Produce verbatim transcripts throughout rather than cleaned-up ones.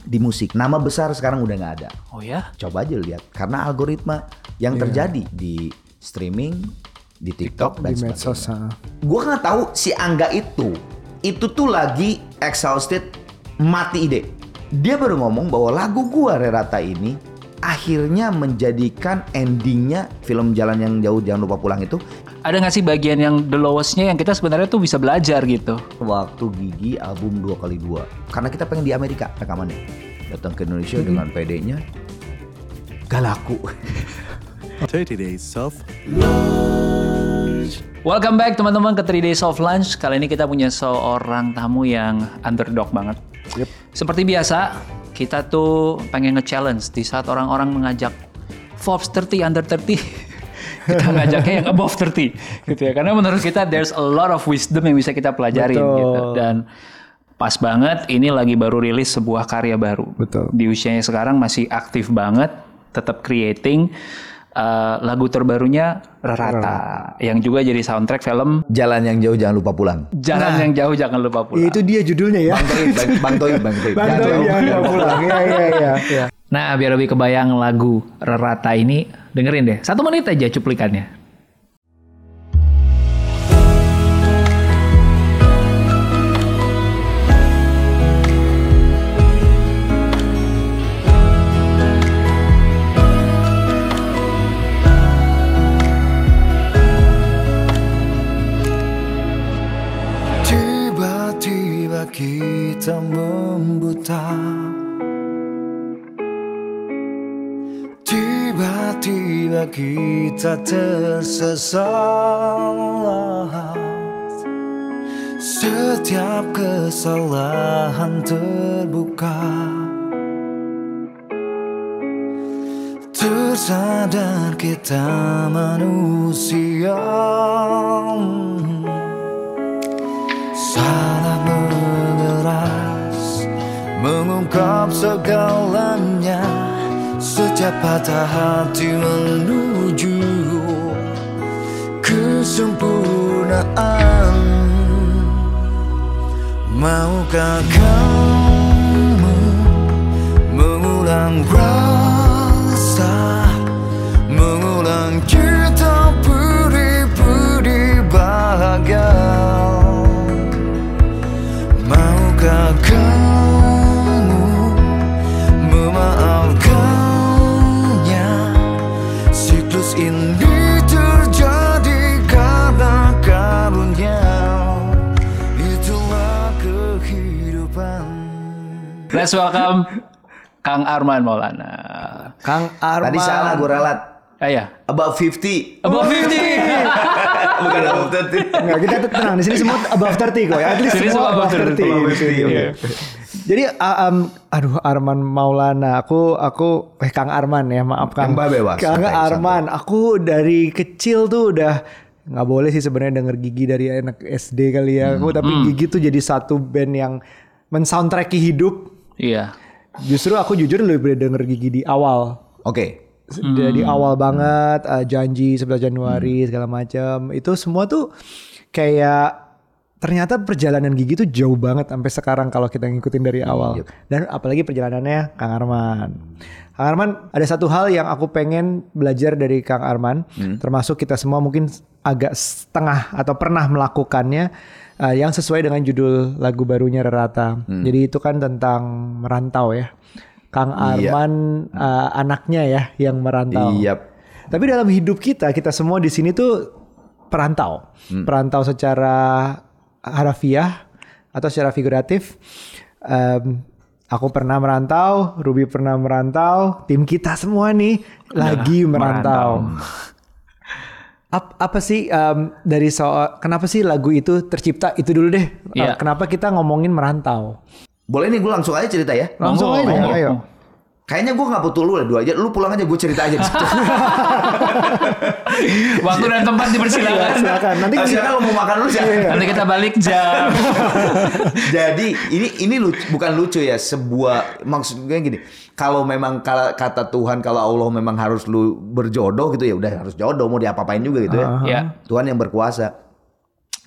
di musik. Nama besar sekarang udah nggak ada. Oh ya? Coba aja lihat, karena algoritma yang yeah. terjadi di streaming, di TikTok, TikTok dan di medsos. Gue nggak tahu si Angga itu, itu tuh lagi exhausted, mati ide. Dia baru ngomong bahwa lagu gua Rerata ini akhirnya menjadikan endingnya film Jalan Yang Jauh Jangan Lupa Pulang itu. Ada nggak sih bagian yang the lowestnya yang kita sebenarnya tuh bisa belajar gitu? Waktu Gigi album dua kali dua, karena kita pengen di Amerika rekamannya, datang ke Indonesia hmm. dengan P D-nya gak laku. thirty Days of Lunch. Welcome back teman-teman ke thirty Days of Lunch. Kali ini kita punya seorang tamu yang underdog banget. Yep. Seperti biasa, kita tuh pengen nge-challenge di saat orang-orang mengajak Forbes thirty under thirty. Kita ngajaknya yang above thirty gitu ya. Karena menurut kita there's a lot of wisdom yang bisa kita pelajarin. Betul. Gitu. Dan pas banget ini lagi baru rilis sebuah karya baru. Betul. Di usianya sekarang masih aktif banget, tetap creating. Uh, lagu terbarunya Rerata yang juga jadi soundtrack film Jalan Yang Jauh Jangan Lupa Pulang. Jalan nah, Yang Jauh Jangan Lupa Pulang. Itu dia judulnya ya. Bang Toib, Bang Toib, Bang Toib. Bang Toib Jangan Lupa Pulang. Iya iya iya. Nah, biar lebih kebayang lagu Rerata ini, dengerin deh. Satu menit aja cuplikannya. Kita membuta, tiba-tiba kita tersesat. Setiap kesalahan terbuka, tersadar kita manusia. Salah mengeras, mengungkap segalanya. Setiap patah hati menuju kesempurnaan. Maukah kamu mengulang rasa, mengulang kita beri-beri bahagia? Maukah kamu memaafkannya? Siklus ini terjadi karena karunia. Itulah kehidupan. Let's welcome Kang Arman Maulana. Kang Arman. Tadi salah gue ralat. Ah ya. About fifty. About fifty. Bukan above thirty. Enggak, kita tenang. Di sini semua above thirty kok ya. At least sini semua above thirty. Above fifty. Okay. Jadi um, aduh Arman Maulana, aku aku eh Kang Arman ya, maaf Kang. Yang Babe, Kang sampai, Arman, sampai. Aku dari kecil tuh udah nggak boleh sih sebenarnya denger Gigi dari anak S D kali ya. Aku hmm. tapi Gigi tuh jadi satu band yang mensoundtracki hidup. Iya. Justru aku jujur lebih denger Gigi di awal. Oke. Okay. Dari hmm. awal banget, uh, Janji sebelas Januari hmm. segala macam. Itu semua tuh kayak ternyata perjalanan Gigi tuh jauh banget sampai sekarang kalau kita ngikutin dari awal. Yep. Dan apalagi perjalanannya Kang Arman. Kang Arman, ada satu hal yang aku pengen belajar dari Kang Arman, hmm. termasuk kita semua mungkin agak setengah atau pernah melakukannya, uh, yang sesuai dengan judul lagu barunya Rerata. Hmm. Jadi itu kan tentang merantau ya. Kang Arman iya. uh, anaknya ya yang merantau. Iya. Tapi dalam hidup kita, kita semua di sini tuh perantau. Hmm. Perantau secara harafiah atau secara figuratif. Um, aku pernah merantau, Ruby pernah merantau, tim kita semua nih nah, lagi merantau. merantau. Ap, apa sih um, dari soal kenapa sih lagu itu tercipta? Itu dulu deh. Yeah. Uh, kenapa kita ngomongin merantau? Boleh nih gue langsung aja cerita ya. Langsung ngomong, aja, ngomong. ayo. Kayaknya gue gak butuh lu lah dua aja. Lu pulang aja, gue cerita aja di situ. Waktu dan tempat dipersilakan. Silakan. Nanti nah, silakan lo mau makan dulu sih. Nanti kita balik jam. Jadi ini ini lucu, bukan lucu ya, sebuah maksudnya gini. Kalau memang kata Tuhan, kalau Allah memang harus lu berjodoh gitu ya udah harus jodoh, mau diapa-apain juga gitu ya. Uh-huh. Yeah. Tuhan yang berkuasa.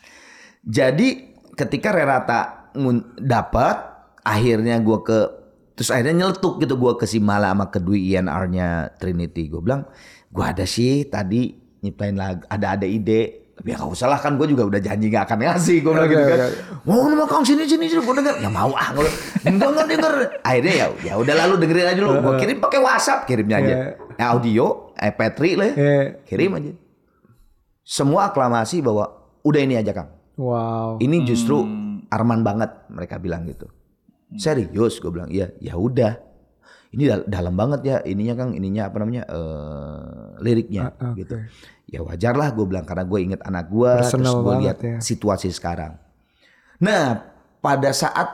Jadi ketika Rerata dapat, akhirnya gue ke Terus akhirnya nyeletuk gitu gue ke si Mala sama ke Dwi I N R-nya Trinity. Gue bilang, gue ada sih tadi nyiptain lagu, ada ada ide. Tapi ya gak usah lah, kan gue juga udah janji gak akan ngasih. Gue bilang Okay, gitu kan. okay. Mau nama kang sini sini sini gue denger. Ya mau ah, enggak enggak denger. Akhirnya ya ya udah lalu dengerin aja dulu. Gue kirim pakai WhatsApp, kirimnya aja. Yeah. Ya, audio, eh Petri lah, ya. Yeah. Kirim aja. Semua aklamasi bahwa udah ini aja Kang. Wow. Ini justru Arman banget, mereka bilang gitu. Serius, gue bilang, iya, ya udah. Ini dal- dalam banget ya, ininya Kang, ininya apa namanya, uh, liriknya, Ah, okay. gitu. Ya wajar lah, gue bilang karena gue inget anak gue, Personal terus gue banget lihat ya. situasi sekarang. Nah, pada saat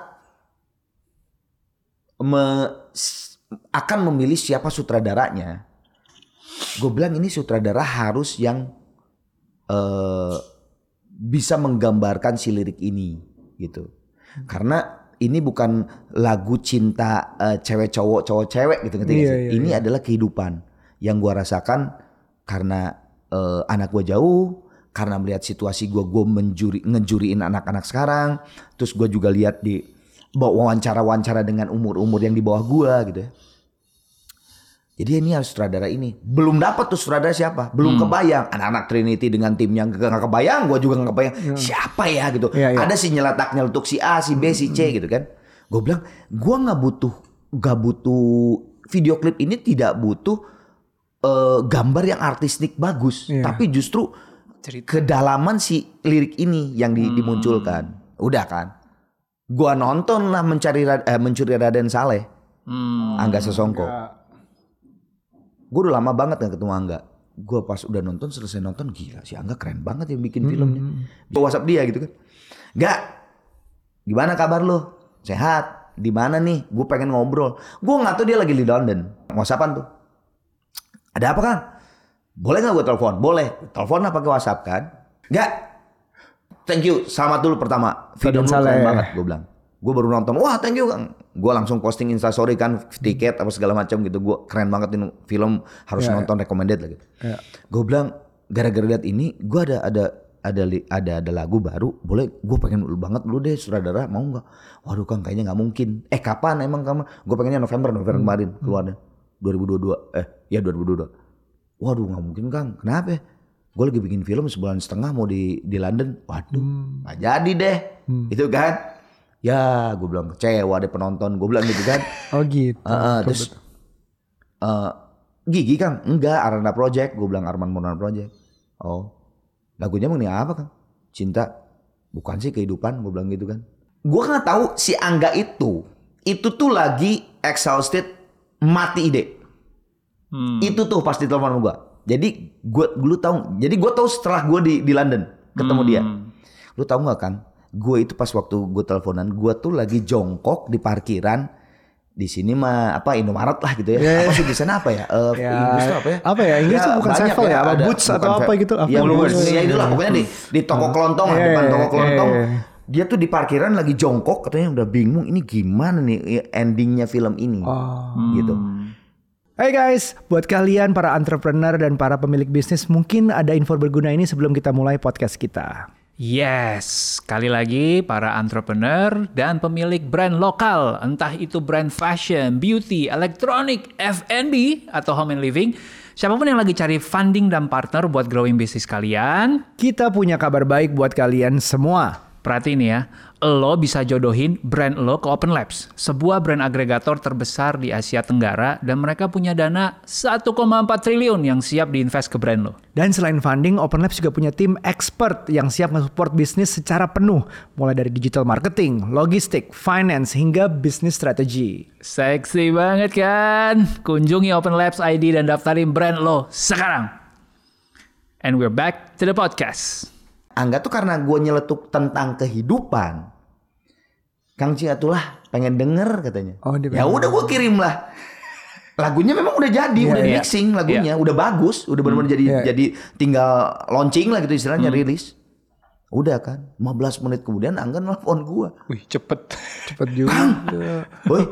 me- akan memilih siapa sutradaranya, gue bilang ini sutradara harus yang uh, bisa menggambarkan si lirik ini, gitu. Karena ini bukan lagu cinta uh, cewek cowok cowok cewek gitu ngerti Iya, gak sih? iya, Ini iya. adalah kehidupan yang gua rasakan karena uh, anak gua jauh, karena melihat situasi gua gua menjuri ngejuriin anak-anak sekarang, terus gua juga lihat di wawancara-wawancara dengan umur-umur yang di bawah gua gitu ya. Jadi ini harus sutradara ini. Belum dapat tuh sutradara siapa? Belum Hmm. kebayang. Anak-anak Trinity dengan timnya gak, gak kebayang. Gue juga gak kebayang. Siapa ya gitu. Iya, iya. Ada si nyeletak nyeletuk si A, si B, si C gitu kan. Gue bilang, gue gak butuh, gak butuh video klip ini tidak butuh uh, gambar yang artistik bagus. Iya. Tapi justru kedalaman si lirik ini yang di, dimunculkan. Udah kan. Gue nonton lah mencari eh, mencuri Raden Saleh. Hmm. Angga Sasongko. Gue udah lama banget gak ketemu Angga. Gue pas udah nonton, selesai nonton, gila si Angga keren banget yang bikin filmnya. Gue WhatsApp dia gitu kan. Gak, gimana kabar lo? Sehat? Di mana nih? Gue pengen ngobrol. Gue nggak tahu dia lagi di London. WhatsAppan tuh. Ada apa Kang? Boleh nggak gue telepon? Boleh. Telepon lah pakai WhatsApp kan? Gak. Thank you. Selamat dulu pertama. Film lu keren banget. Gue bilang. Gue baru nonton, wah thank you Kang. Gue langsung posting instastory kan, tiket apa segala macam gitu. Gue keren banget ini film, harus yeah, nonton, yeah. recommended lah gitu. Yeah. Gue bilang gara-gara lihat ini, gue ada ada ada ada ada lagu baru, boleh gue pengen lu banget lu deh sutradara, mau nggak? Waduh Kang kayaknya nggak mungkin. Eh kapan emang kamu? Gue pengennya November November hmm. kemarin keluarnya dua ribu dua puluh dua. Eh ya dua ribu dua puluh dua. Waduh nggak mungkin Kang, kenapa? Gue lagi bikin film sebulan setengah mau di di London. Waduh nggak hmm. jadi deh, hmm. itu kan. Ya gue bilang kecewa deh penonton. Gue bilang gitu kan. Oh gitu. Uh, uh, terus uh, Gigi Kang? Enggak, Arana Project. Gue bilang Arman Maulana Project. Oh lagunya mengenai apa Kang? Cinta. Bukan sih kehidupan. Gue bilang gitu kan. Gue gak tahu si Angga itu Itu tuh lagi exhausted, mati ide. hmm. Itu tuh pas di telepon gue. Jadi gue lu tahu. Jadi gue tahu setelah gue di, di London ketemu hmm. dia. Lu tahu gak Kang? Gue itu pas waktu gue teleponan, gue tuh lagi jongkok di parkiran di sini mah apa Indomaret lah gitu ya. Yeah. Apa sih di sana apa ya? Uh, ya? Inggris tuh apa ya? Apa ya? Inggris ya, tuh bukan Sevel ya? Apa Boots atau apa gitu? Apa ya Boots. Ya itulah pokoknya di di toko kelontong lah, yeah, depan toko kelontong. Yeah. Dia tuh di parkiran lagi jongkok, katanya udah bingung ini gimana nih endingnya film ini. Oh. Gitu. Hai guys, buat kalian para entrepreneur dan para pemilik bisnis, mungkin ada info berguna ini sebelum kita mulai podcast kita. Yes, sekali lagi para entrepreneur dan pemilik brand lokal, entah itu brand fashion, beauty, elektronik, F and B, atau home and living, siapapun yang lagi cari funding dan partner buat growing bisnis kalian, kita punya kabar baik buat kalian semua. Perhatiin ya, lo bisa jodohin brand lo ke Open Labs, sebuah brand agregator terbesar di Asia Tenggara, dan mereka punya dana satu koma empat triliun yang siap diinvest ke brand lo. Dan selain funding, Open Labs juga punya tim expert yang siap mensupport bisnis secara penuh, mulai dari digital marketing, logistik, finance, hingga business strategy. Seksi banget kan? Kunjungi Open Labs I D dan daftarin brand lo sekarang. And we're back to the podcast. Angga tuh karena gue nyeletuk tentang kehidupan, Kang Ciatulah pengen denger katanya. Oh, ya udah gue kirim lah. Lagunya memang udah jadi, yeah, udah yeah. mixing lagunya, yeah. udah bagus, udah benar-benar hmm, jadi yeah. jadi tinggal launching lah gitu istilahnya, hmm. rilis. Udah kan, lima belas menit kemudian Angga nelfon gue. Wih cepet, cepet juga. Kang, boy,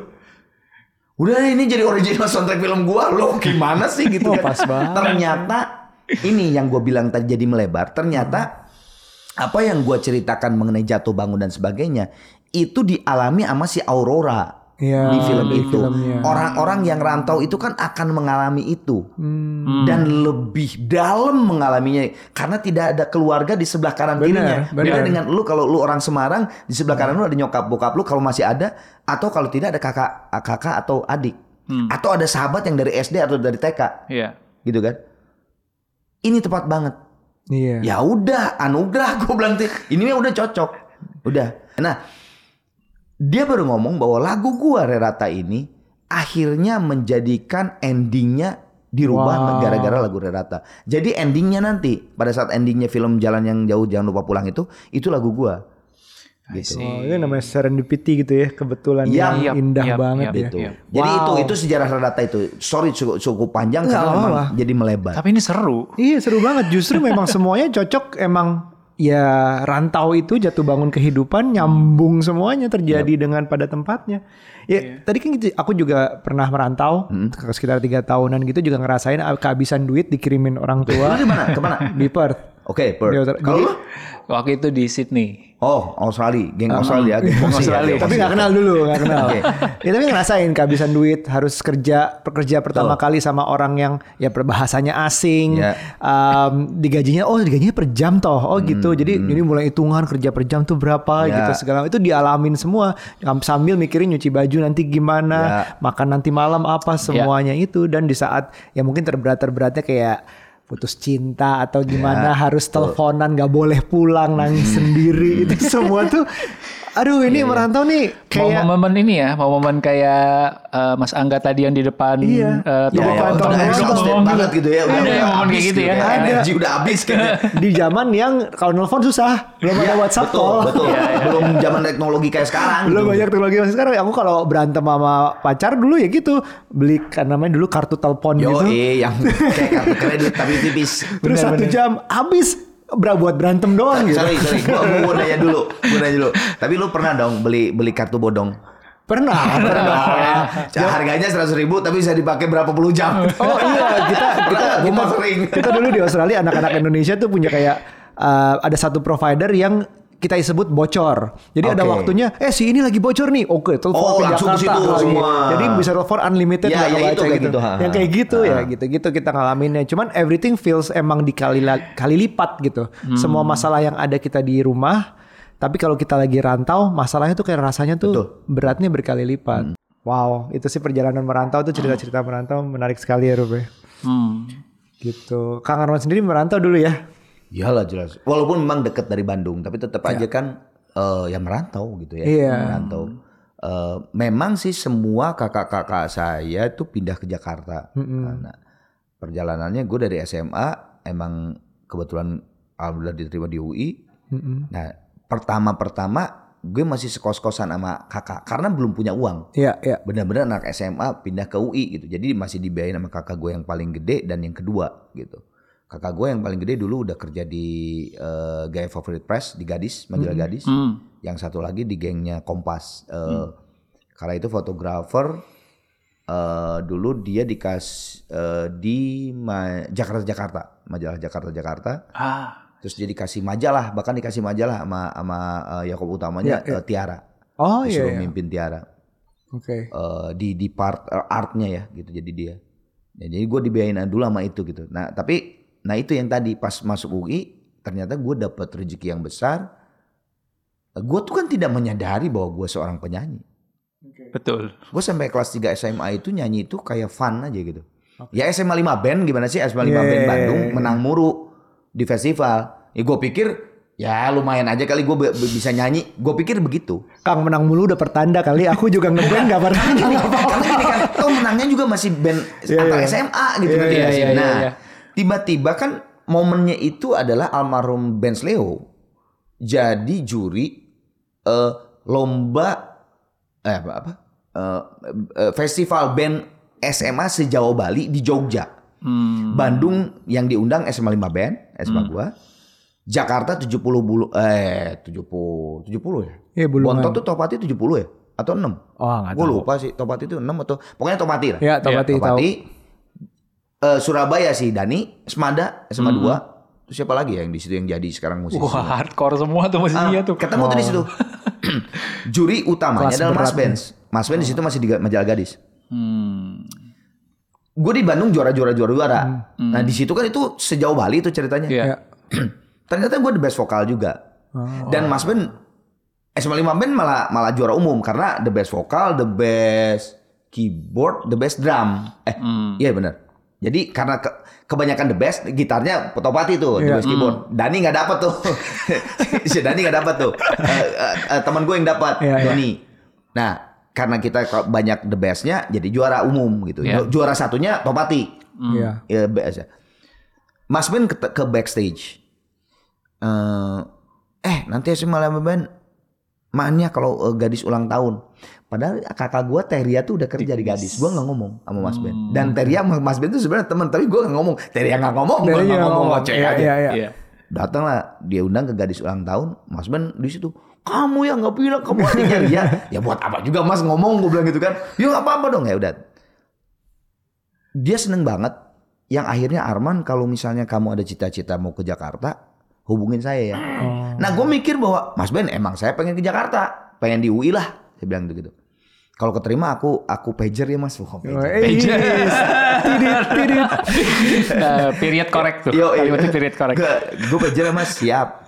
udah ini jadi original soundtrack film gue, lo gimana sih gitu oh, kan? Pas banget. Ternyata ini yang gue bilang tadi jadi melebar, ternyata apa yang gue ceritakan mengenai jatuh bangun dan sebagainya itu dialami sama si Aurora. Iya, di film di itu. filmnya. Orang-orang yang rantau itu kan akan mengalami itu Hmm. dan lebih dalam mengalaminya karena tidak ada keluarga di sebelah kanan Bener, kirinya. bener. Beda dengan lu kalau lu orang Semarang di sebelah kanan lu ada nyokap bokap lu kalau masih ada atau kalau tidak ada kakak kakak atau adik Hmm. atau ada sahabat yang dari S D atau dari T K Iya. gitu kan. Ini tepat banget. Iya. Ya udah anugerah gue bilang tuh. Ini mah udah cocok. Udah. Nah, dia baru ngomong bahwa lagu gua Rerata ini akhirnya menjadikan endingnya dirubah Wow. gara-gara lagu Rerata. Jadi endingnya nanti pada saat endingnya film Jalan yang Jauh Jangan Lupa Pulang itu itu lagu gua. Gitu. Oh, ini namanya serendipity gitu ya, kebetulan Yap, yang yap, indah yap, banget yap, ya. Gitu. Iya. Jadi Wow. itu itu sejarah Rerata itu. Sorry cukup, cukup panjang Nggak karena memang apa-apa. jadi melebar. Tapi ini seru. Iya seru banget. Justru memang semuanya cocok. Emang ya rantau itu jatuh bangun kehidupan nyambung semuanya terjadi dengan pada tempatnya. Ya tadi kan gitu, aku juga pernah merantau ke sekitar tiga tahunan gitu juga ngerasain kehabisan duit dikirimin orang Lu tua di mana? Kemana? di Perth. Oke, Perth. Di Australia. Kalau lu? Waktu itu di Sydney. Oh, Australia, geng Australia, geng Geng Aussie ya, Australia. geng Tapi Aussie. nggak kenal dulu, nggak kenal. Oke. Ya tapi ngerasain kehabisan duit, harus kerja, pekerja pertama kali sama orang yang ya berbahasanya asing, Ya. um, digajinya, oh digajinya per jam toh, oh gitu. Jadi jadi mulai hitungan kerja per jam tuh berapa Ya. gitu segala itu dialamin semua sambil mikirin nyuci baju nanti gimana, Ya. makan nanti malam apa semuanya itu dan di saat ya mungkin terberat-terberatnya kayak putus cinta atau gimana harus teleponan nggak boleh pulang nangis sendiri itu semua tuh aduh ini merantau nih kayak Mau momen ini ya, mau momen kayak eh, Mas Angga tadi yang di depan Iya. eh, Di Ya, toko ya, depan udah toko exhausted ngomong banget gitu ya. Udah Ada udah yang momen habis kayak gitu ya. kayak Ada. energi udah habis kan. di zaman yang kalau nelfon susah belum ada WhatsApp Betul, call betul. Belum zaman teknologi kayak sekarang. belum gitu. banyak teknologi masih sekarang aku kalau berantem sama pacar dulu ya gitu beli kan namanya dulu kartu telepon Yo, gitu eh, yang kayak kartu kredit tapi tipis. terus satu Benar-benar. jam habis ber- buat berantem doang gitu Sorry, sorry. Gua mau nanya dulu, gua nanya dulu. Tapi lu pernah dong beli beli kartu bodong? pernah pernah Ya, harganya seratus ribu tapi bisa dipakai berapa puluh jam. Oh iya, kita kita Gua kita, mah sering. kita dulu di Australia anak-anak Indonesia tuh punya kayak uh, ada satu provider yang kita sebut bocor. Jadi ada Oke. waktunya, eh si ini lagi bocor nih. Oke, telepon Oh, ke langsung ke Jakarta situ lagi. semua. Jadi bisa telepon unlimited Ya, nggak ya, kebaca itu kayak gitu. gitu, ha, Yang ha. kayak gitu ya, Ha. gitu-gitu kita ngalaminnya. Cuman everything feels emang dikali kali lipat gitu. Hmm. Semua masalah yang ada kita di rumah, tapi kalau kita lagi rantau, masalahnya tuh kayak rasanya tuh Betul. beratnya berkali lipat. Hmm. Wow, itu sih perjalanan merantau tuh cerita-cerita merantau menarik sekali ya Rube. Hmm. Gitu. Kang Arman sendiri merantau dulu ya? Iyalah jelas. Walaupun memang dekat dari Bandung, tapi tetap aja kan eh, ya merantau gitu ya. Iya. Merantau. Eh, memang sih semua kakak-kakak saya itu pindah ke Jakarta. Karena perjalanannya gue dari S M A emang kebetulan alhamdulillah diterima di U I. Nah pertama-pertama gue masih sekos-kosan sama kakak karena belum punya uang. Iya, iya. Benar-benar anak S M A pindah ke U I gitu. Jadi masih dibiayain sama kakak gue yang paling gede dan yang kedua gitu. Kakak gue yang paling gede dulu udah kerja di uh, Gaya Favorit Press di Gadis, majalah Gadis. Hmm. Yang satu lagi di gengnya Kompas. Uh, Karena itu fotografer. Uh, dulu dia dikasih uh, di ma- Jakarta Jakarta, majalah Jakarta Jakarta. Ah. Terus dia dikasih majalah, bahkan dikasih majalah sama sama uh, Yakob utamanya Iya, iya. uh, Tiara. Oh iya. Disuruh iya. mimpin Tiara. Oke. Eh, di di part uh, artnya ya gitu jadi dia. Ya, jadi gue dibiayain dulu sama itu gitu. Nah tapi nah itu yang tadi pas masuk U I ternyata gue dapet rezeki yang besar. Gue tuh kan tidak menyadari bahwa gue seorang penyanyi. Betul. Gue sampai kelas tiga S M A itu nyanyi itu kayak fun aja gitu. Ya S M A lima band gimana sih S M A lima Yeah. band Bandung menang muru di festival. Ya gue pikir ya lumayan aja kali gue be- bisa nyanyi. Gue pikir begitu. Kang menang mulu udah pertanda kali. Aku juga ngeband gak pernah. Karena gini kan, toh menangnya juga masih band Iya, antar iya. S M A gitu. Iya, ngerti iya, nggak sih? iya, Nah, iya. tiba-tiba kan momennya itu adalah almarhum Benz Leo jadi juri eh, lomba eh apa apa eh, eh, festival band S M A se-Jawa Bali di Jogja. Hmm. Bandung yang diundang S M A lima band, S M A gua. Jakarta tujuh puluh bulu eh tujuh puluh tujuh puluh ya. Iya, Bulungan. Bontot tuh Topati tujuh puluh ya atau enam? Oh nggak Gue tahu. lupa sih Topati itu enam atau pokoknya Topati lah. Ya Topati tahu. Topati. Eh, Surabaya sih Dani, Semada S M A dua. Terus siapa lagi ya yang di situ yang jadi sekarang musisi? Wah hardcore semua tuh Ah, musisinya tuh. ketemu tuh di situ. Juri utamanya Kelas adalah Mas berat Benz. Mas Ben di situ masih di Majalah Gadis. Hmm. Gue di Bandung juara-juara juara-juara. Hmm. Nah di situ kan itu sejauh Bali itu ceritanya. Iya. Ya. Ternyata gue the best vokal juga. Oh. Dan Mas Ben S lima puluh lima Band malah malah juara umum karena the best vokal, the best keyboard, the best drum. Eh, hmm. iya benar. Jadi karena ke, kebanyakan the best gitarnya Topati tuh, yeah. the best keyboard. Mm. Dani nggak dapat tuh, si Dani nggak dapat tuh. Uh, uh, uh, teman gue yang dapat, yeah, Doni. Yeah. Nah, karena kita banyak the bestnya, jadi juara umum gitu. Yeah. Juara satunya Topati. Mm. Yeah. Ya, biasa. Mas Ben ke, ke backstage. Uh, eh nanti S lima puluh lima Band mainnya kalau uh, Gadis ulang tahun. Padahal kakak gue Teria tuh udah kerja di Gadis. Gue gak ngomong sama Mas Ben. Dan Teria sama Mas Ben tuh sebenarnya teman. Tapi gue gak ngomong. Teria gak ngomong. Gue gak ngomong. Ngoceh aja. Iya, iya, iya. Datang lah. Dia undang ke Gadis ulang tahun. Mas Ben di situ. Kamu yang gak bilang. Kamu adiknya Ria. Ya buat apa juga Mas ngomong. Gue bilang gitu kan. Ya gak apa-apa dong. Ya udah. Dia seneng banget. Yang akhirnya Arman kalau misalnya kamu ada cita-cita mau ke Jakarta. Hubungin saya ya. Oh. Nah gue mikir bahwa Mas Ben emang saya pengen ke Jakarta. Pengen di U I lah. Saya bilang gitu. Kalau keterima aku aku pager ya Mas. Oh, pager. Pager. Tidit, tidit. uh, period correct tuh. Yo, kalimatnya period correct. Gue pager ya Mas, siap.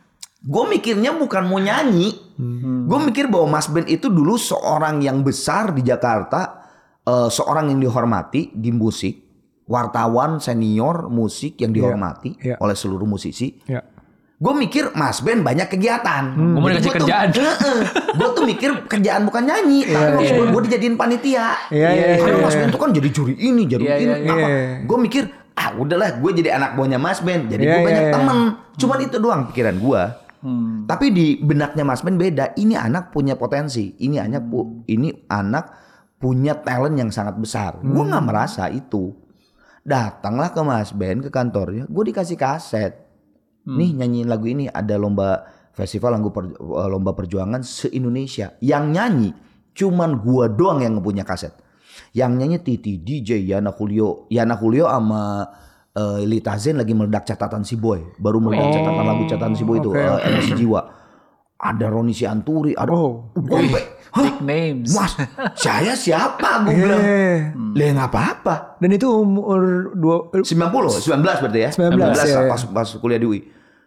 Gue mikirnya bukan mau nyanyi. Hmm. Gue mikir bahwa Mas Ben itu dulu seorang yang besar di Jakarta, uh, seorang yang dihormati di musik, wartawan senior musik yang dihormati yeah, yeah. oleh seluruh musisi. Yeah. Gue mikir Mas Ben banyak kegiatan. Hmm. Gue mau dikasih kerjaan. Gue tuh mikir kerjaan bukan nyanyi. Yeah, tapi yeah. gue dijadiin panitia. Yeah, yeah, Karena yeah, Mas Ben tuh kan jadi juri ini, jadi yeah, ini. Yeah, apa? Yeah. Gue mikir, ah udahlah gue jadi anak buahnya Mas Ben. Jadi yeah, gue banyak yeah, temen. Yeah. Cuman hmm. itu doang pikiran gue. Hmm. Tapi di benaknya Mas Ben beda. Ini anak punya potensi. Ini anak pu- ini anak punya talent yang sangat besar. Hmm. Gue nggak merasa itu. Datanglah ke Mas Ben ke kantornya. Gue dikasih kaset. Hmm. Nih nyanyiin lagu ini, ada lomba festival lagu per, lomba perjuangan se-Indonesia. Yang nyanyi cuman gua doang yang punya kaset. Yang nyanyi Titi, D J, Yana Julio. Yana Julio sama uh, Lita Zen lagi meledak catatan si Boy. Baru meledak oh, catatan lagu catatan si Boy itu okay, uh, okay. Emosi Jiwa. Ada Roni Sianturi, ada oh, gua sampai big names. Mas, saya siapa? Gue bilang. Hmm. Lah enggak apa-apa. Dan itu umur dua sembilan puluh, sembilan belas berarti ya. sembilan belas, sembilan belas ya, pas, pas kuliah di U I.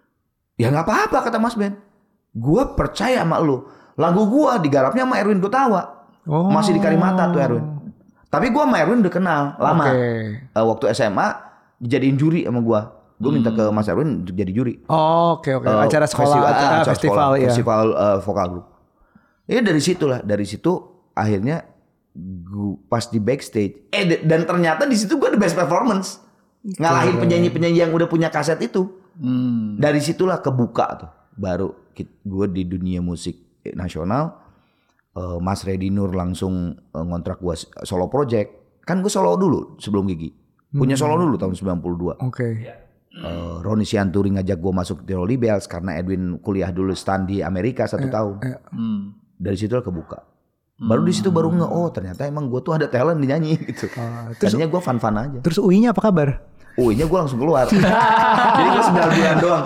Ya enggak apa-apa kata Mas Ben. Gua percaya sama lu. Lagu gua digarapnya sama Erwin Gutawa. Oh. Masih di Karimata tuh Erwin. Tapi gua sama Erwin udah kenal lama. Okay. Uh, waktu S M A dijadiin juri sama gua. Gue minta ke Mas Erwin untuk jadi juri. Oh, oke okay, oke. Okay. Uh, acara sekolah, festival, acara, acara festival, sekolah, ya. Festival uh, vokal group. Ya dari situlah, dari situ akhirnya gue pas di backstage. Eh dan ternyata di situ gue the best performance, ngalahin penyanyi-penyanyi yang udah punya kaset itu. Hmm. Dari situlah kebuka tuh, baru gue di dunia musik nasional. Uh, Mas Reddy Nur langsung uh, ngontrak gue solo project. Kan gue solo dulu sebelum Gigi. Punya solo dulu tahun sembilan puluh dua. Oke. Okay. Uh, Roni Sianturi ngajak gue masuk di Rolly Bells karena Edwin kuliah dulu stand di Amerika satu eh, tahun. Eh. Hmm. Dari situ kebuka. Baru hmm. di situ baru nge oh ternyata emang gue tuh ada talent di nyanyi gitu. Uh, terus gue fun-fun aja. Terus U I-nya apa kabar? U I-nya gue langsung keluar. Jadi gue sembilan bulan doang.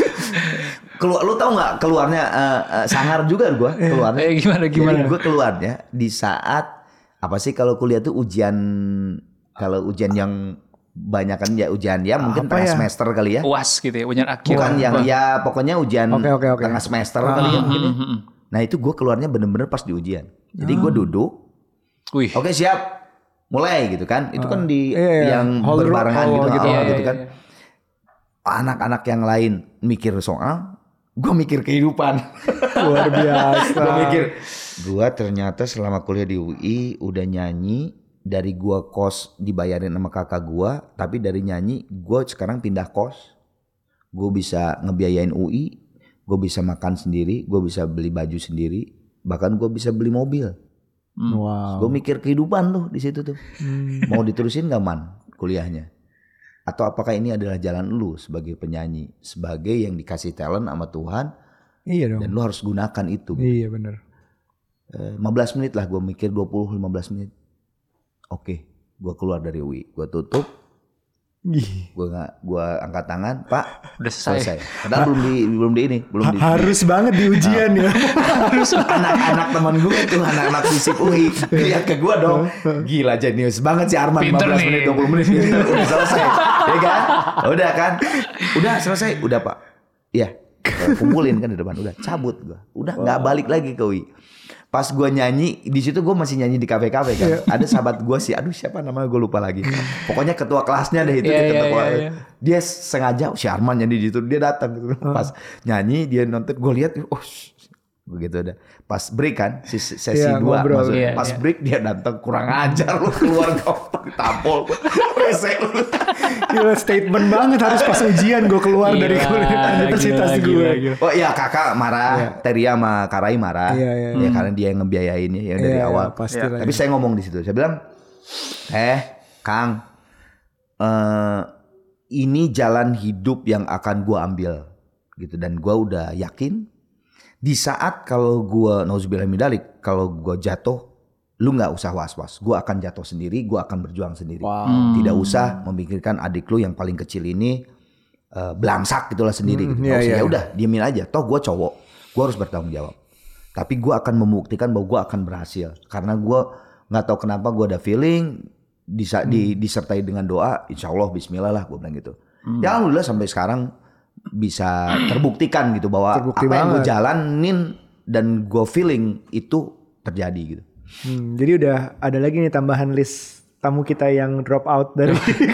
Keluar, lu tau nggak keluarnya uh, uh, sangar juga gue keluarnya. Eh, gimana gimana? Jadi gue keluarnya di saat apa sih kalau kuliah tuh ujian kalau ujian yang banyak kan ya ujian ya mungkin apa tengah ya? semester kali ya. U A S gitu ya, ujian akhir. Bukan yang apa? Ya pokoknya ujian okay, okay, okay. tengah semester ah, kali ya mungkin. Uh, uh, uh. Nah itu gue keluarnya bener-bener pas di ujian. Jadi gue duduk. Wih. Oke siap. Mulai gitu kan. Itu uh, kan di iya, iya. yang hall berbarengan hall, gitu, gitu, iya, gitu kan. Iya, iya. Anak-anak yang lain mikir soal, gue mikir kehidupan. Luar biasa. Gue mikir, gue ternyata selama kuliah di U I udah nyanyi. Dari gua kos dibayarin sama kakak gua, tapi dari nyanyi gua sekarang pindah kos. Gua bisa ngebiayain U I, gua bisa makan sendiri, gua bisa beli baju sendiri, bahkan gua bisa beli mobil. Wow. Gua mikir kehidupan tuh di situ tuh. Hmm. Mau diterusin gak man kuliahnya? Atau apakah ini adalah jalan lu sebagai penyanyi, sebagai yang dikasih talent sama Tuhan? Iya dong. Dan lu harus gunakan itu. Iya benar. Eh, lima belas menit lah gua mikir, dua puluh lima belas menit. Oke, gue keluar dari U I, gue tutup, Ih. Gue nggak, gue angkat tangan, Pak. Udah selesai. Padahal belum di, belum di ini, belum di. Harus banget di ujian ya. Anak-anak teman gue tuh, anak-anak fisip U I, lihat ke gue dong. Gila jenius banget sih Arman. Pinter lima belas nih. menit, dua puluh menit pinter. Udah selesai, ya kan? Udah kan? Udah selesai, udah Pak. Iya, kumpulin kan di depan, udah cabut gue. Udah nggak balik lagi ke U I. Pas gue nyanyi di situ, gue masih nyanyi di kafe-kafe kan. Yeah. Ada sahabat gue sih, aduh siapa namanya gue lupa lagi. Pokoknya ketua kelasnya deh itu. Yeah, dia, ketua yeah, kelas. yeah, yeah. Dia sengaja si Arman nyanyi di situ, dia datang gitu. Pas nyanyi dia nonton, gue lihat, oh begitu udah. Pas break kan, sesi Yeah, dua ngobrol. maksudnya. Yeah, Pas yeah. break dia datang, kurang ajar lu keluar gopak tampol. Rese lu. Gila, statement banget harus pas ujian gue keluar Gila, dari universitas gila, gue. gila, gila. Oh iya kakak marah, Iya. Teria sama Karai marah. Iya, iya, Ya karena dia yang ngebiayainnya ya dari Iya, awal. pasti Ya. lah. Tapi saya ngomong di situ, saya bilang, eh Kang, eh, ini jalan hidup yang akan gua ambil, gitu. Dan gua udah yakin di saat kalau gua nauzubillah min dzalik, kalau gua jatuh, lu nggak usah was-was, gua akan jatuh sendiri, gua akan berjuang sendiri. Hmm. Tidak usah memikirkan adik lu yang paling kecil ini uh, belangsak gitulah sendiri. Hmm, gitu. iya, Nggak usah, iya. ya udah diemin aja. Toh gue cowok, gue harus bertanggung jawab. Tapi gue akan membuktikan bahwa gue akan berhasil. Karena gue nggak tahu kenapa gue ada feeling disa- di, disertai dengan doa, insya Allah Bismillah lah gue bilang gitu. Ya alhamdulillah sampai sekarang bisa terbuktikan gitu bahwa Terbukti apa yang gue banget. jalanin dan gue feeling itu terjadi gitu. Hmm, jadi udah ada lagi nih tambahan list tamu kita yang drop out dari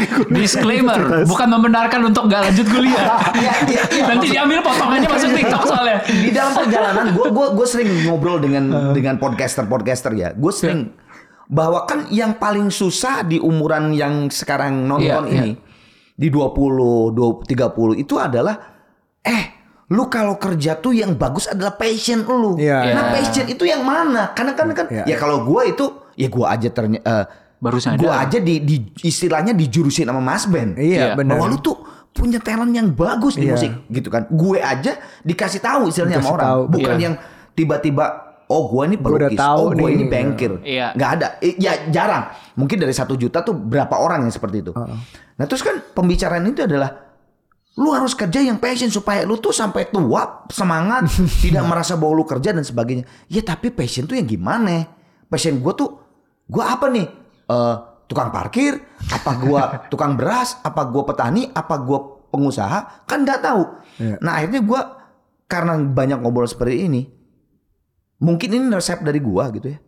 Disclaimer, bukan membenarkan untuk gak lanjut kuliah. Iya, iya, iya. Nanti diambil potongannya masuk TikTok soalnya. Di dalam perjalanan gue gue gue sering ngobrol dengan dengan podcaster podcaster ya. Gue sering bahwa kan yang paling susah di umuran yang sekarang nonton Iya, ini di dua puluh, dua puluh, tiga puluh itu adalah eh lu kalau kerja tuh yang bagus adalah passion lu. Iya. Nah Iya. passion itu yang mana? Karena kan kan Iya. ya kalau gue itu ya gue aja ternyata Baru sadar. gue aja di, di istilahnya dijurusin sama Mas Ben. Iya, Iya. benar. Bahwa lu tuh punya talent yang bagus di Iya. musik gitu kan. Gue aja dikasih tahu istilahnya sama Dikasih orang. tahu, Bukan iya. yang tiba-tiba oh gue ini Gua udah pelukis, tahu oh gue nih. ini bankir. Iya. Nggak ada. Eh, Ya jarang. Mungkin dari satu juta tuh berapa orang yang seperti itu. Uh-uh. Nah terus kan pembicaraan itu adalah lu harus kerja yang passion supaya lu tuh sampai tua semangat, tidak merasa bahwa lu kerja dan sebagainya. Ya tapi passion tuh yang gimana? Passion gue tuh gue apa nih? Eh tukang parkir? Apa gue tukang beras? Apa gue petani? Apa gue pengusaha? Kan nggak tahu. Iya. Nah akhirnya gue karena banyak ngobrol seperti ini, mungkin ini resep dari gue gitu ya.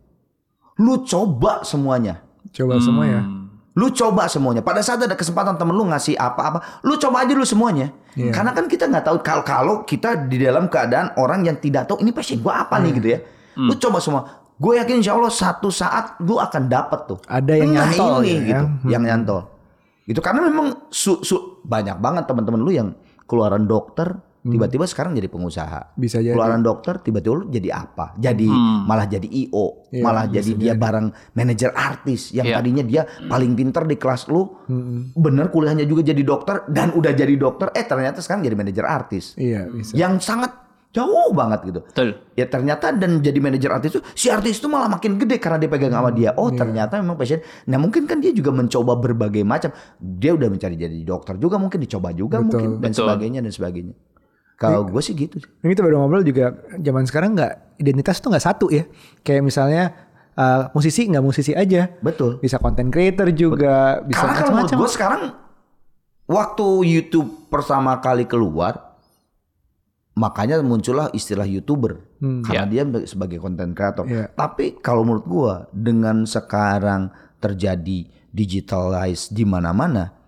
Lu coba semuanya. Coba semua ya. Lu coba semuanya. Pada saat ada kesempatan temen lu ngasih apa-apa, lu coba aja dulu semuanya. Iya. Karena kan kita nggak tahu kalau kalau kita di dalam keadaan orang yang tidak tahu ini passion gua apa nih gitu ya. Lu coba semua. Gue yakin insya Allah satu saat lu akan dapat tuh. Ada yang Nah, nyantol ini ya, gitu, ya. yang nyantol. Gitu karena memang su, su, banyak banget teman-teman lu yang keluaran dokter tiba-tiba sekarang jadi pengusaha. Bisa jadi. Keluaran dokter tiba-tiba lu jadi apa? Jadi malah jadi I O, Iya, malah bisa jadi dia bareng manajer artis yang Iya. tadinya dia paling pinter di kelas lu. Bener kuliahnya juga jadi dokter dan udah jadi dokter eh ternyata sekarang jadi manajer artis. Iya, bisa. Yang sangat jauh banget gitu. Betul. Ya ternyata dan jadi manajer artis itu si artis itu malah makin gede karena dia pegang sama dia. Oh ternyata memang passion. Nah mungkin kan dia juga mencoba berbagai macam. Dia udah mencari jadi dokter juga mungkin dicoba juga Betul. mungkin dan Betul. sebagainya dan sebagainya. Kalau gue sih gitu. Ini kita baru ngobrol juga zaman sekarang nggak identitas tuh nggak satu ya. Kayak misalnya uh, musisi nggak musisi aja. Betul. Bisa content creator juga. Bisa Karena kalau menurut macam-macam. gue sekarang waktu YouTube pertama kali keluar, makanya muncullah istilah YouTuber Hmm. karena dia sebagai content creator. Iya. Tapi kalau menurut gue dengan sekarang terjadi digitalize di mana-mana,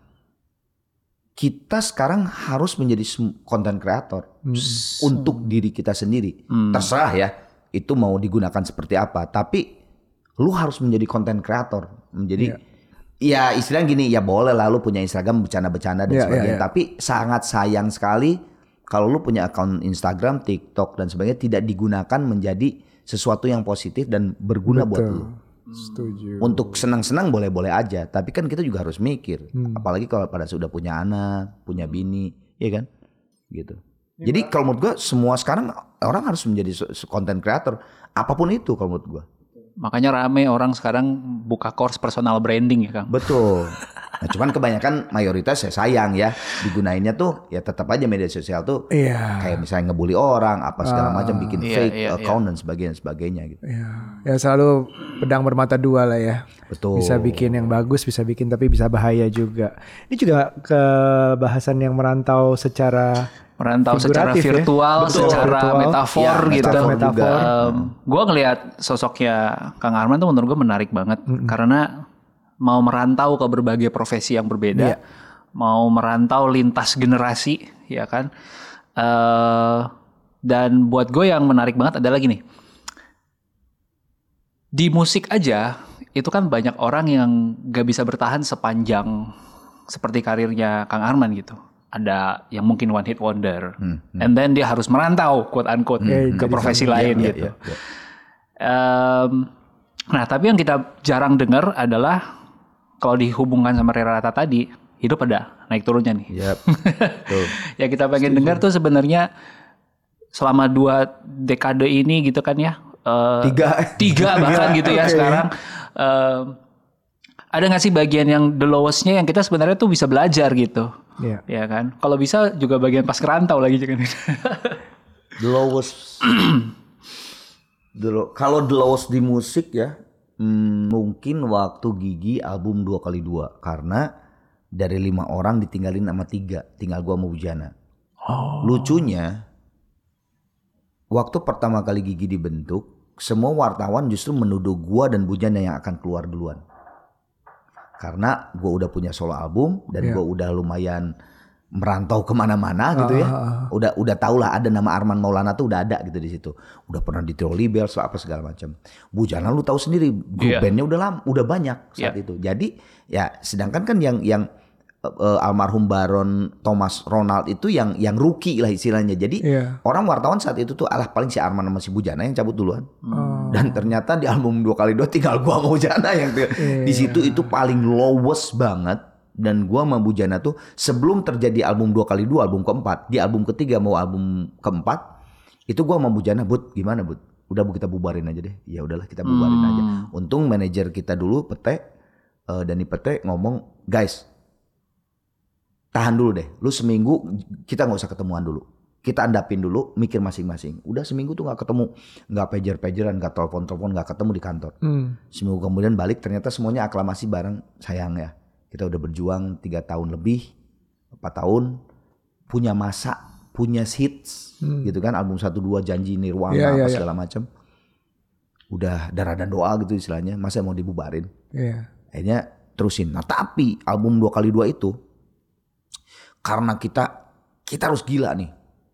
kita sekarang harus menjadi sem- content creator untuk diri kita sendiri. Terserah ya, itu mau digunakan seperti apa. Tapi lu harus menjadi content creator, menjadi ya istilahnya gini, ya boleh lah lu punya Instagram bercanda-bercanda dan Iya, sebagainya. iya, iya. Tapi sangat sayang sekali kalau lu punya akun Instagram, TikTok dan sebagainya tidak digunakan menjadi sesuatu yang positif dan berguna buat lu. Setuju. Untuk senang-senang boleh-boleh aja, tapi kan kita juga harus mikir. Hmm. Apalagi kalau pada sudah punya anak, punya bini, ya kan? Gitu. Jadi kalau menurut gua semua sekarang orang harus menjadi content creator, apapun itu kalau menurut gua. Makanya rame orang sekarang buka course personal branding ya Kang. Betul. Nah, cuman kebanyakan mayoritas ya sayang ya digunainnya tuh ya tetap aja media sosial tuh Iya. kayak misalnya ngebully orang apa segala macam bikin Iya, fake iya, account dan sebagainya sebagainya gitu. Ya, ya selalu pedang bermata dua lah ya. Betul. Bisa bikin yang bagus, bisa bikin tapi bisa bahaya juga. Ini juga kebahasan yang merantau secara merantau secara figuratif ya. virtual, Betul. secara Virtual. metafor Ya, gitu. metafor juga. Um, gue ngelihat sosoknya Kang Arman tuh menurut gue menarik banget karena mau merantau ke berbagai profesi yang berbeda, Iya. mau merantau lintas generasi, ya kan. Uh, dan buat gue yang menarik banget adalah gini, di musik aja itu kan banyak orang yang gak bisa bertahan sepanjang seperti karirnya Kang Arman gitu. Ada yang mungkin one hit wonder, Hmm, hmm. and then dia harus merantau quote unquote Hmm, ke jadi profesi sama- lain Iya, gitu. iya, iya. Um, nah tapi yang kita jarang dengar adalah kalau dihubungkan sama Rerata tadi, hidup ada naik turunnya nih. Yap. Tuh. Ya kita pengen dengar tuh sebenarnya selama dua dekade ini gitu kan ya. eh, Tiga. Tiga bahkan gitu ya Oke. sekarang. Em, ada nggak sih bagian yang the lowest-nya yang kita sebenarnya tuh bisa belajar gitu. Iya. Ya kan. Kalau bisa juga bagian pas kerantau lagi juga. The lowest. the low- kalau the lowest di musik ya, hmm, mungkin waktu Gigi album dua kali dua karena dari lima orang ditinggalin sama tiga, tinggal gua sama Bujana. Lucunya, waktu pertama kali Gigi dibentuk, semua wartawan justru menuduh gua dan Bujana yang akan keluar duluan. Karena gua udah punya solo album dan Iya. gua udah lumayan merantau kemana-mana gitu ya. Ah, ah, ah. Udah udah tau lah ada nama Arman Maulana tuh udah ada gitu di situ. Udah pernah di Trolli Bells apa segala macam. Bujana lu tahu sendiri grup Iya. bandnya udah lama, udah banyak saat Iya. itu. Jadi ya sedangkan kan yang yang uh, almarhum Baron Thomas Ronald itu yang yang rookie lah istilahnya. Jadi Iya. orang wartawan saat itu tuh alah paling si Arman sama si Bujana yang cabut duluan. Oh. Dan ternyata di album dua kali dua tinggal gua sama Bujana yang di- di situ itu paling lowest banget. Dan gua sama Bujana tuh sebelum terjadi album dua kali dua, album keempat, di album ketiga mau album keempat, itu gua sama Bujana, Bud, gimana Bud? Udah Bu kita bubarin aja deh. Ya udahlah kita bubarin aja. Untung manajer kita dulu Pete, uh, Dani Pete ngomong, guys, tahan dulu deh. Lu seminggu kita nggak usah ketemuan dulu. Kita andapin dulu, mikir masing-masing. Udah seminggu tuh nggak ketemu, nggak pager-pageran, nggak telepon-telepon, nggak ketemu di kantor. Hmm. Seminggu kemudian balik, ternyata semuanya aklamasi bareng. Sayang ya, kita udah berjuang tiga tahun lebih, empat tahun, punya masa, punya hits, gitu kan, album satu dua Janji Nirwana Iya, iya, apa iya. segala macam. Udah darah dan doa gitu istilahnya, masa mau dibubarin? Iya. Akhirnya terusin. Nah tapi album dua kali dua itu, karena kita kita harus gila nih.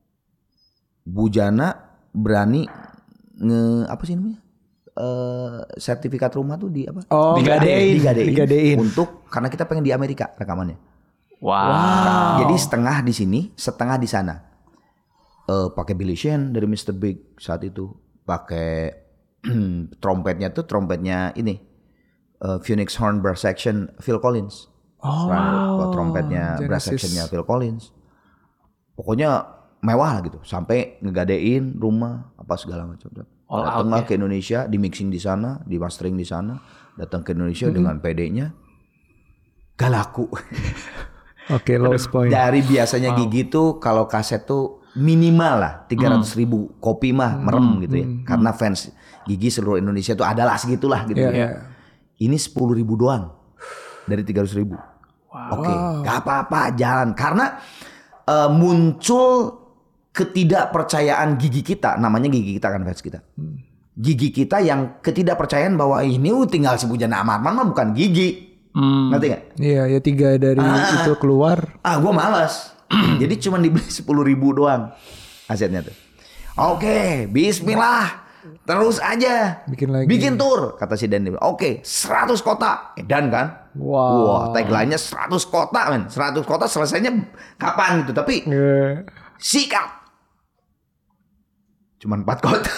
Bujana berani nge apa sih namanya? Eh, sertifikat rumah tuh di apa? Oh, Digadein. Digadein. Digadein. Untuk karena kita pengen di Amerika rekamannya. Wow. Jadi setengah di sini, setengah di sana. Eh, pakai Billy Sheehan dari mister Big saat itu, pakai trompetnya tuh trompetnya ini eh, Phoenix Horn Brass Section Phil Collins. Oh, Wow. Trompetnya brass Genesis. sectionnya Phil Collins. Pokoknya mewah lah gitu, sampai ngegadein rumah apa segala macam. All Datang out lah ya. ke Indonesia, di mixing di sana, di mastering di sana, datang ke Indonesia Mm-hmm. dengan P D-nya, gak laku. Oke, lowest point. Dari biasanya Gigi tuh kalau kaset tuh minimal lah tiga ratus ribu kopi mah merem gitu ya, karena fans Gigi seluruh Indonesia tuh adalah segitulah gitu Iya, ya. iya. Ini sepuluh ribu doang dari tiga ratus ribu. Oke, gak apa-apa jalan karena eh, muncul ketidakpercayaan Gigi kita, namanya Gigi kita kan fans kita. Gigi kita yang ketidakpercayaan bahwa ini uh, tinggal si Bujana Arman mah bukan Gigi. Hmm. Ngerti gak? Iya, ya tiga dari itu keluar. Ah gue malas. Jadi cuma dibeli sepuluh ribu doang asetnya tuh. Oke, bismillah. Terus aja. Bikin lagi. Bikin tour, kata si Dan. Oke, seratus kota. Edan kan? Wow. Wah, tagline-nya seratus kota, men. seratus kota selesainya kapan gitu. Tapi Iya. sikat. Cuman empat kota.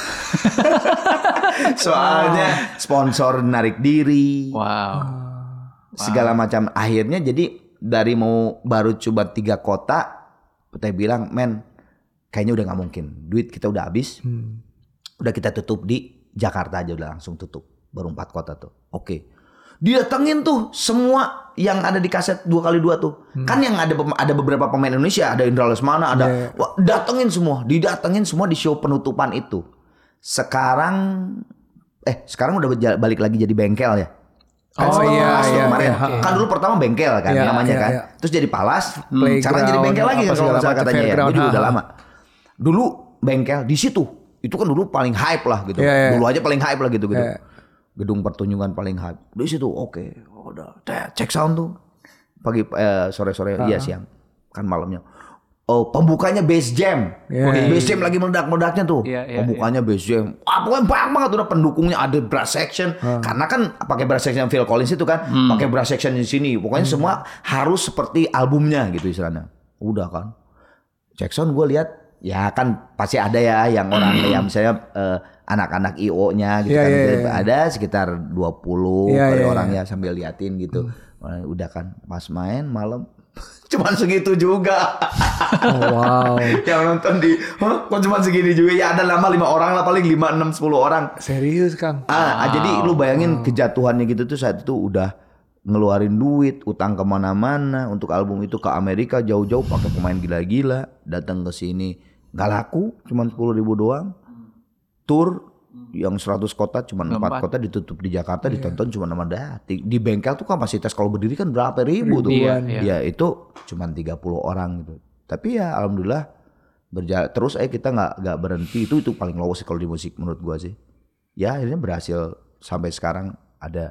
Soalnya sponsor narik diri. Wow. Segala macam. Akhirnya jadi dari mau baru coba tiga kota, Pete bilang, men, kayaknya udah nggak mungkin. Duit kita udah habis. Hmm. Udah kita tutup di Jakarta aja, udah langsung tutup. Baru empat kota tuh. Oke. Didatengin tuh semua yang ada di kaset dua kali dua tuh. Hmm. Kan yang ada ada beberapa pemain Indonesia, ada Indra Lesmana, ada yeah. Wah, datengin semua, didatengin semua di show penutupan itu. Sekarang eh sekarang udah balik lagi jadi bengkel ya. Kan oh iya, iya, kemarin. iya. Kan dulu pertama bengkel kan iya, namanya iya, kan. iya. Terus jadi Palas, Playground, sekarang jadi bengkel lagi kan kalau misalnya katanya ya. Dia juga udah lama. Dulu bengkel di situ. Itu kan dulu paling hype lah gitu. Yeah, yeah. Dulu aja paling hype lah gitu gitu. Yeah. Gedung pertunjukan paling hype. Di situ oke, okay. oh, udah cek sound tuh. Pagi eh, sore-sore uh-huh. iya siang. Kan malamnya. Oh, pembukanya bass jam. Yeah. Okay. Bass jam lagi meledak-meledaknya tuh. Yeah, yeah, pembukanya yeah. bass jam. Wah, pokoknya banyak banget udah pendukungnya ada brass section. Uh. Karena kan pakai brass section Phil Collins itu kan, hmm. pakai brass section di sini. Pokoknya hmm. semua harus seperti albumnya gitu istilahnya. Udah kan. Jackson gue lihat ya kan pasti ada ya yang orang yang misalnya uh, anak-anak I O-nya gitu yeah, kan. Yeah, yeah. Ada sekitar dua puluh yeah, kali yeah, orang yeah. ya sambil liatin gitu. Hmm. Udah kan pas main malam cuman segitu juga. Oh, wow. Yang nonton di, huh? Kok cuman segini juga? Ya ada lama lima orang lah paling lima, enam, sepuluh orang. Serius Kang? Ah, wow. Jadi lu bayangin wow. kejatuhannya gitu tuh saat itu udah ngeluarin duit, utang kemana-mana untuk album itu ke Amerika jauh-jauh pakai pemain gila-gila, datang ke sini nggak laku, cuman sepuluh ribu doang. Tour yang seratus kota cuman empat kota ditutup di Jakarta, yeah. ditonton cuma nama dah. Di, di bengkel tuh kapasitas kalau berdiri kan berapa ribu tuh. Iya, iya. Ya itu cuman tiga puluh orang gitu. Tapi ya alhamdulillah berjalan terus aja kita nggak nggak berhenti. Itu itu paling low sih kalau di musik menurut gua sih. Ya akhirnya berhasil sampai sekarang ada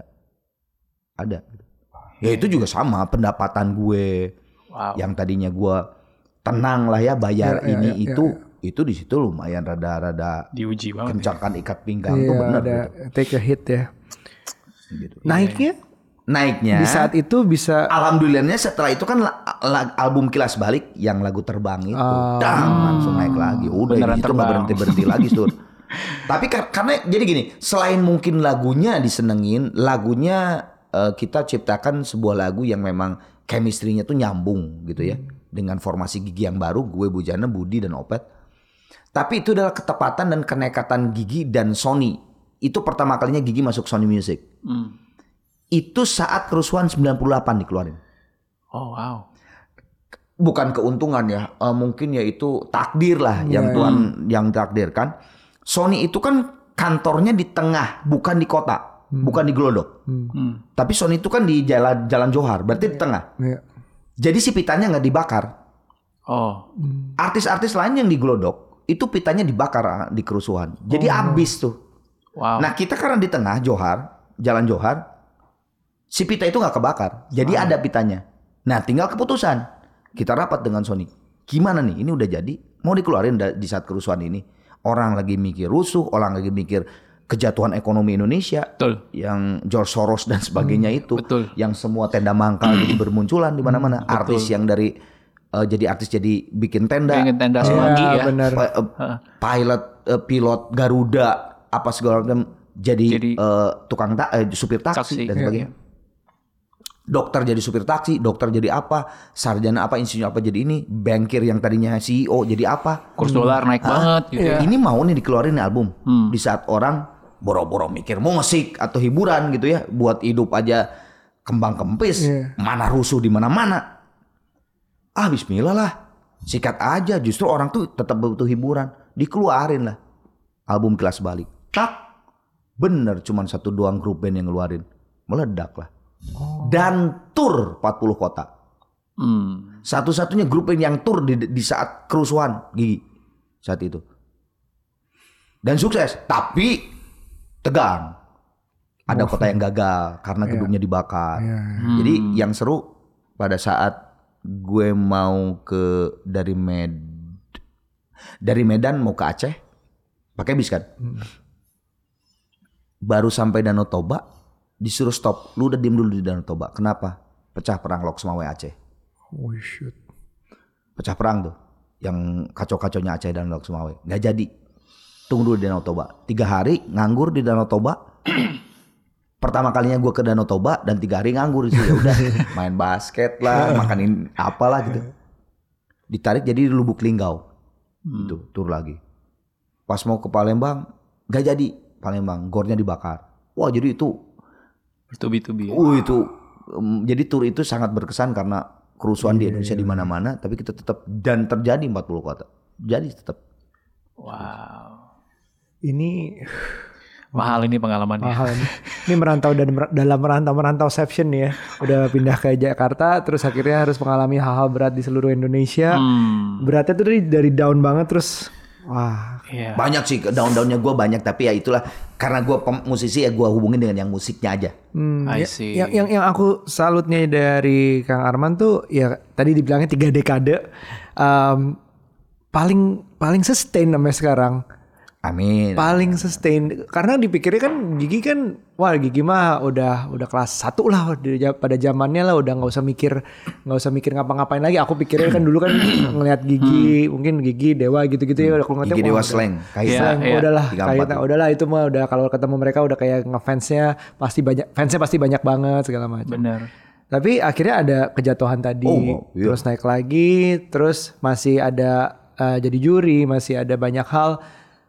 ada. Ya itu juga sama pendapatan gue. Wow. Yang tadinya gua tenang lah ya bayar ya, ini ya, ya, itu ya, ya. Itu di situ lumayan rada-rada diuji banget. Kencangkan ya. Ikat pinggang iya, tuh benar gitu. Take a hit ya. Gitu. Naiknya? Naiknya di saat itu bisa. Alhamdulillahnya setelah itu kan album Kilas Balik yang lagu terbang itu, uh, dang langsung naik lagi. Udah di situ nggak berhenti berhenti lagi sur. Tapi kar- karena jadi gini, selain mungkin lagunya disenengin, lagunya uh, kita ciptakan sebuah lagu yang memang chemistry-nya tuh nyambung gitu ya. Hmm. Dengan formasi Gigi yang baru, gue, Bujana, Budi dan Opet. Tapi itu adalah ketepatan dan kenekatan Gigi dan Sony. Itu pertama kalinya Gigi masuk Sony Music. Hmm. Itu saat kerusuhan sembilan puluh delapan dikeluarin. Oh wow. Bukan keuntungan ya, uh, mungkin ya itu takdir lah yeah, yang Tuhan yeah. yang takdirkan. Sony itu kan kantornya di tengah, bukan di kota, hmm. bukan di Glodok. Hmm. Tapi Sony itu kan di jalan Jalan Johar, berarti yeah. di tengah. Yeah. Jadi si pitanya nggak dibakar. Oh. Artis-artis lain yang di Glodok itu pitanya dibakar di kerusuhan. Jadi oh. habis tuh. Wow. Nah kita karena di tengah Johar, Jalan Johar, si pita itu nggak kebakar. Jadi wow. ada pitanya. Nah tinggal keputusan. Kita rapat dengan Sony. Gimana nih? Ini udah jadi. Mau dikeluarin di saat kerusuhan ini. Orang lagi mikir rusuh, orang lagi mikir kejatuhan ekonomi Indonesia. Betul. Yang George Soros dan sebagainya hmm, itu. Betul. Yang semua tenda mangkal jadi bermunculan di mana-mana. Hmm, artis yang dari uh, jadi artis jadi bikin tenda. Bikin tenda semanggi ya. Benar. Uh, pilot, uh, pilot Garuda, apa segala macam jadi, jadi uh, tukang ta- uh, supir taksi, taksi dan sebagainya. Iya. Dokter jadi supir taksi, dokter jadi apa, sarjana apa, insinyur apa jadi ini, bankir yang tadinya C E O jadi apa. Kurs hmm. dolar naik ah, banget gitu iya. ya. Ini mau nih dikeluarin nih album hmm. di saat orang boro-boro mikir musik atau hiburan gitu ya, buat hidup aja kembang kempis, yeah. mana rusuh di mana-mana. Ah bismillah lah, sikat aja. Justru orang tuh tetap butuh hiburan, dikeluarin lah album Kilas Balik. Tak, bener cuman satu doang grup band yang ngeluarin, meledak lah. Oh. Dan tur empat puluh kota. Hmm. Satu-satunya grup yang tur di, di saat kerusuhan Gigi saat itu. Dan sukses, tapi tegang. Ada oh. kota yang gagal karena yeah. gedungnya dibakar. Yeah. Hmm. Jadi yang seru pada saat gue mau ke dari Med dari Medan mau ke Aceh pakai bis kan. Hmm. Baru sampai Danau Toba disuruh stop, lu udah diem dulu di Danau Toba. Kenapa? Pecah perang Lok Sumawe Aceh. Oh shit. Pecah perang tuh. Yang kacau-kacaunya Aceh dan Lok Sumawe. Gak jadi. Tunggu dulu di Danau Toba. Tiga hari nganggur di Danau Toba. Pertama kalinya gue ke Danau Toba dan tiga hari nganggur sih. Ya udah main basket lah, makanin apalah gitu. Ditarik jadi di Lubuk Linggau. Hmm. Itu tur lagi. Pas mau ke Palembang, gak jadi. Palembang, gornya dibakar. Wah jadi itu bertubi-tubi. Uh itu Um, jadi tour itu sangat berkesan karena kerusuhan di Indonesia di mana-mana, tapi kita tetap dan terjadi empat puluh kota. Jadi tetap. Wow. Ini mahal ini pengalamannya. mahal ini. Ini merantau dan mer- dalam merantau merantau Seption ya. Udah pindah ke Jakarta, terus akhirnya harus mengalami hal-hal berat di seluruh Indonesia. Hmm. Beratnya tuh dari, dari down banget terus. Wah. Iya. Banyak sih down-downnya gue banyak, tapi ya itulah karena gue musisi ya gue hubungin dengan yang musiknya aja. Hmm, I ya- see. Yang, yang yang aku salutnya dari Kang Arman tuh ya tadi dibilangnya tiga dekade, um, paling paling sustain sampai sekarang. Amin. Paling sustain karena dipikirnya kan Gigi kan wah Gigi mah udah udah kelas satu lah di- pada zamannya lah, udah nggak usah mikir nggak usah mikir ngapa-ngapain lagi. Aku pikirnya kan dulu kan ngelihat Gigi mungkin Gigi Dewa gitu-gitu ya, udah ngeliatnya Gigi wah, Dewa udah- slang, kayak Iya, slang, iya. udahlah tiga puluh empat kayak udahlah itu mah udah kalau ketemu mereka udah kayak ngefansnya pasti banyak, fansnya pasti banyak banget segala macam. Bener. Tapi akhirnya ada kejatuhan tadi, Oh, iya. terus naik lagi, terus masih ada uh, jadi juri, masih ada banyak hal.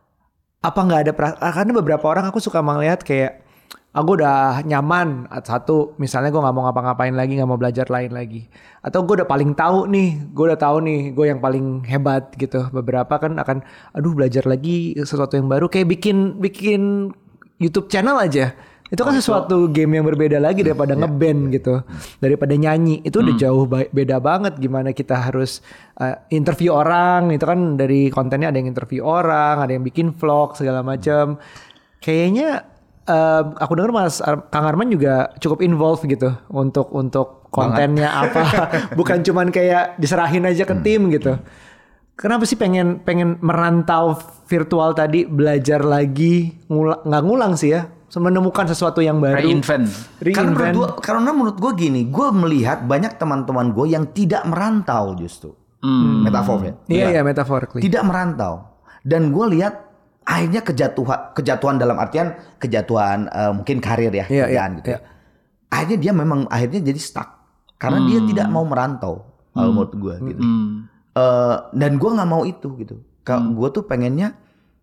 Apa nggak ada pra- karena beberapa orang aku suka melihat kayak aku udah nyaman satu, misalnya gue nggak mau ngapa-ngapain lagi, nggak mau belajar lain lagi, atau gue udah paling tahu nih, gue udah tahu nih gue yang paling hebat gitu. Beberapa kan akan aduh belajar lagi sesuatu yang baru, kayak bikin bikin YouTube channel aja. Itu kan sesuatu game yang berbeda lagi daripada ngeband gitu, daripada nyanyi. Itu udah jauh ba- beda banget gimana kita harus uh, interview orang. Itu kan dari kontennya ada yang interview orang, ada yang bikin vlog segala macam. Kayaknya uh, aku dengar Mas Ar- Kang Arman juga cukup involved gitu untuk untuk kontennya apa. Bukan cuman kayak diserahin aja ke tim gitu. Kenapa sih pengen pengen merantau virtual tadi, belajar lagi, ngula- nggak ngulang sih ya, menemukan sesuatu yang baru. Reinvent. Karena menurut Reinvent. gua, karena menurut gue gini, gue melihat banyak teman-teman gue yang tidak merantau justru. Hmm. Metafornya. Iya iya metaphorically. Tidak merantau. Dan gue lihat akhirnya kejatuhan kejatuhan dalam artian kejatuhan eh, mungkin karir ya, Iya, kerjaan iya, gitu. iya. ya. Akhirnya dia memang akhirnya jadi stuck karena dia tidak mau merantau. Kalau menurut gue gitu. Hmm. Eh, dan gue nggak mau itu gitu. Kalau gue tuh pengennya,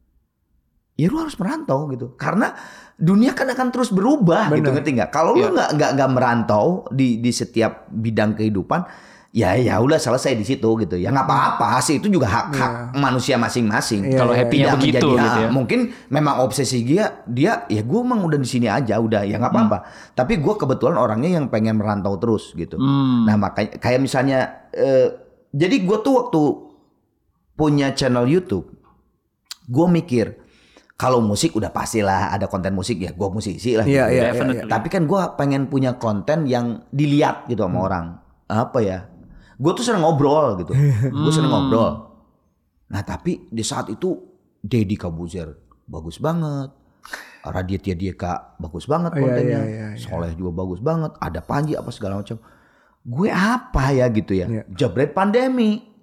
ya lu harus merantau gitu. Karena dunia kan akan terus berubah gitu, Bener. ngerti nggak? Kalau lu nggak nggak nggak merantau di di setiap bidang kehidupan, ya ya udah selesai di situ gitu. Ya nggak apa-apa sih, itu juga hak hak manusia masing-masing. Iya, Kalau iya, happy-nya Tidak begitu menjadi, gitu ah, ya. mungkin memang obsesi dia, dia ya gue emang udah di sini aja, udah ya nggak apa-apa. Tapi gue kebetulan orangnya yang pengen merantau terus gitu. Hmm. Nah makanya kayak misalnya, eh, jadi gue tuh waktu punya channel YouTube, gue mikir kalau musik udah pastilah ada konten musik, ya gue musisi lah. Iya gitu. iya Definitely. iya. Tapi kan gue pengen punya konten yang dilihat gitu sama orang. Apa ya? Gue tuh sering ngobrol gitu. Gue sering ngobrol. Nah tapi di saat itu Deddy Kabuzer bagus banget. Raditya Dika bagus banget Oh, iya, kontennya. iya, iya, iya. Soleh juga bagus banget. Ada Panji apa segala macam. Gue apa ya gitu ya? Iya. Jebret pandemi.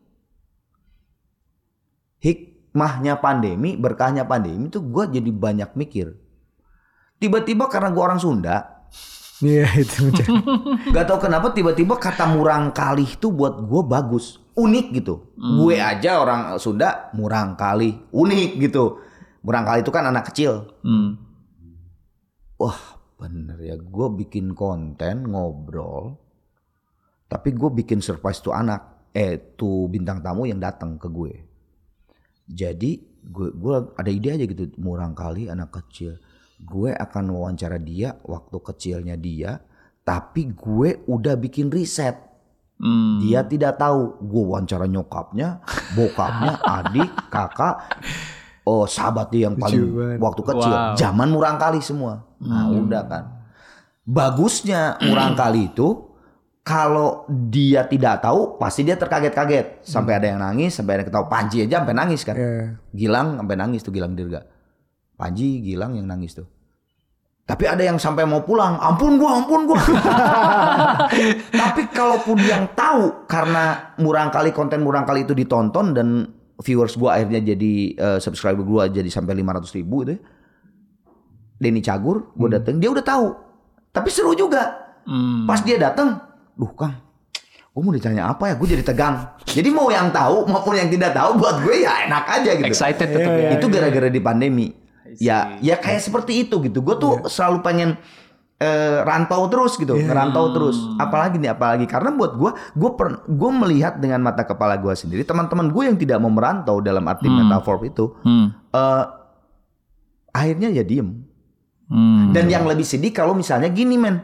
Hikmahnya pandemi, berkahnya pandemi itu gue jadi banyak mikir. Tiba-tiba karena gue orang Sunda, Iya itu. gak tahu kenapa tiba-tiba kata murang kalih itu buat gue bagus, unik gitu. Gue aja orang Sunda, murang kalih, unik gitu. Murang kalih itu kan anak kecil. Hmm. Wah bener ya, gue bikin konten ngobrol, tapi gue bikin surprise tuh anak, eh tuh bintang tamu yang datang ke gue. Jadi gue gue ada ide aja gitu, murang kali anak kecil. Gue akan wawancara dia waktu kecilnya dia, tapi gue udah bikin riset. Hmm. Dia tidak tahu. Gue wawancara nyokapnya, bokapnya, adik, kakak, oh sahabat dia yang paling Lucu banget. waktu kecil. Wow. Zaman murang kali semua. Nah udah kan. Bagusnya murang kali itu, kalau dia tidak tahu, pasti dia terkaget-kaget. Sampai ada yang nangis, sampai ada yang ketawa. Panji aja sampai nangis kan. Iya. Gilang sampai nangis tuh, Gilang Dirga. Panji, Gilang yang nangis tuh. Tapi ada yang sampai mau pulang. Ampun gua, ampun gua. Tapi kalaupun yang tahu, karena murang kali konten murang kali itu ditonton dan viewers gua akhirnya jadi uh, subscriber gua jadi sampai lima ratus ribu itu ya. Denny Cagur, gua dateng, dia udah tahu. Tapi seru juga. Hmm. Pas dia datang, duh Kang, gue mau ditanya apa ya? Gue jadi tegang. Jadi mau yang tahu maupun yang tidak tahu, buat gue ya enak aja gitu. Excited tetap ya. Itu gara-gara di pandemi. see. Ya, ya kayak seperti itu gitu. Gue tuh selalu pengen eh, rantau terus gitu, Yeah. ngerantau terus. Apalagi nih, apalagi karena buat gue, gue per, gue melihat dengan mata kepala gue sendiri, teman-teman gue yang tidak mau merantau dalam arti Hmm. metafor itu, Hmm. eh, akhirnya ya diem. Hmm. Dan yang lebih sedih kalau misalnya gini men,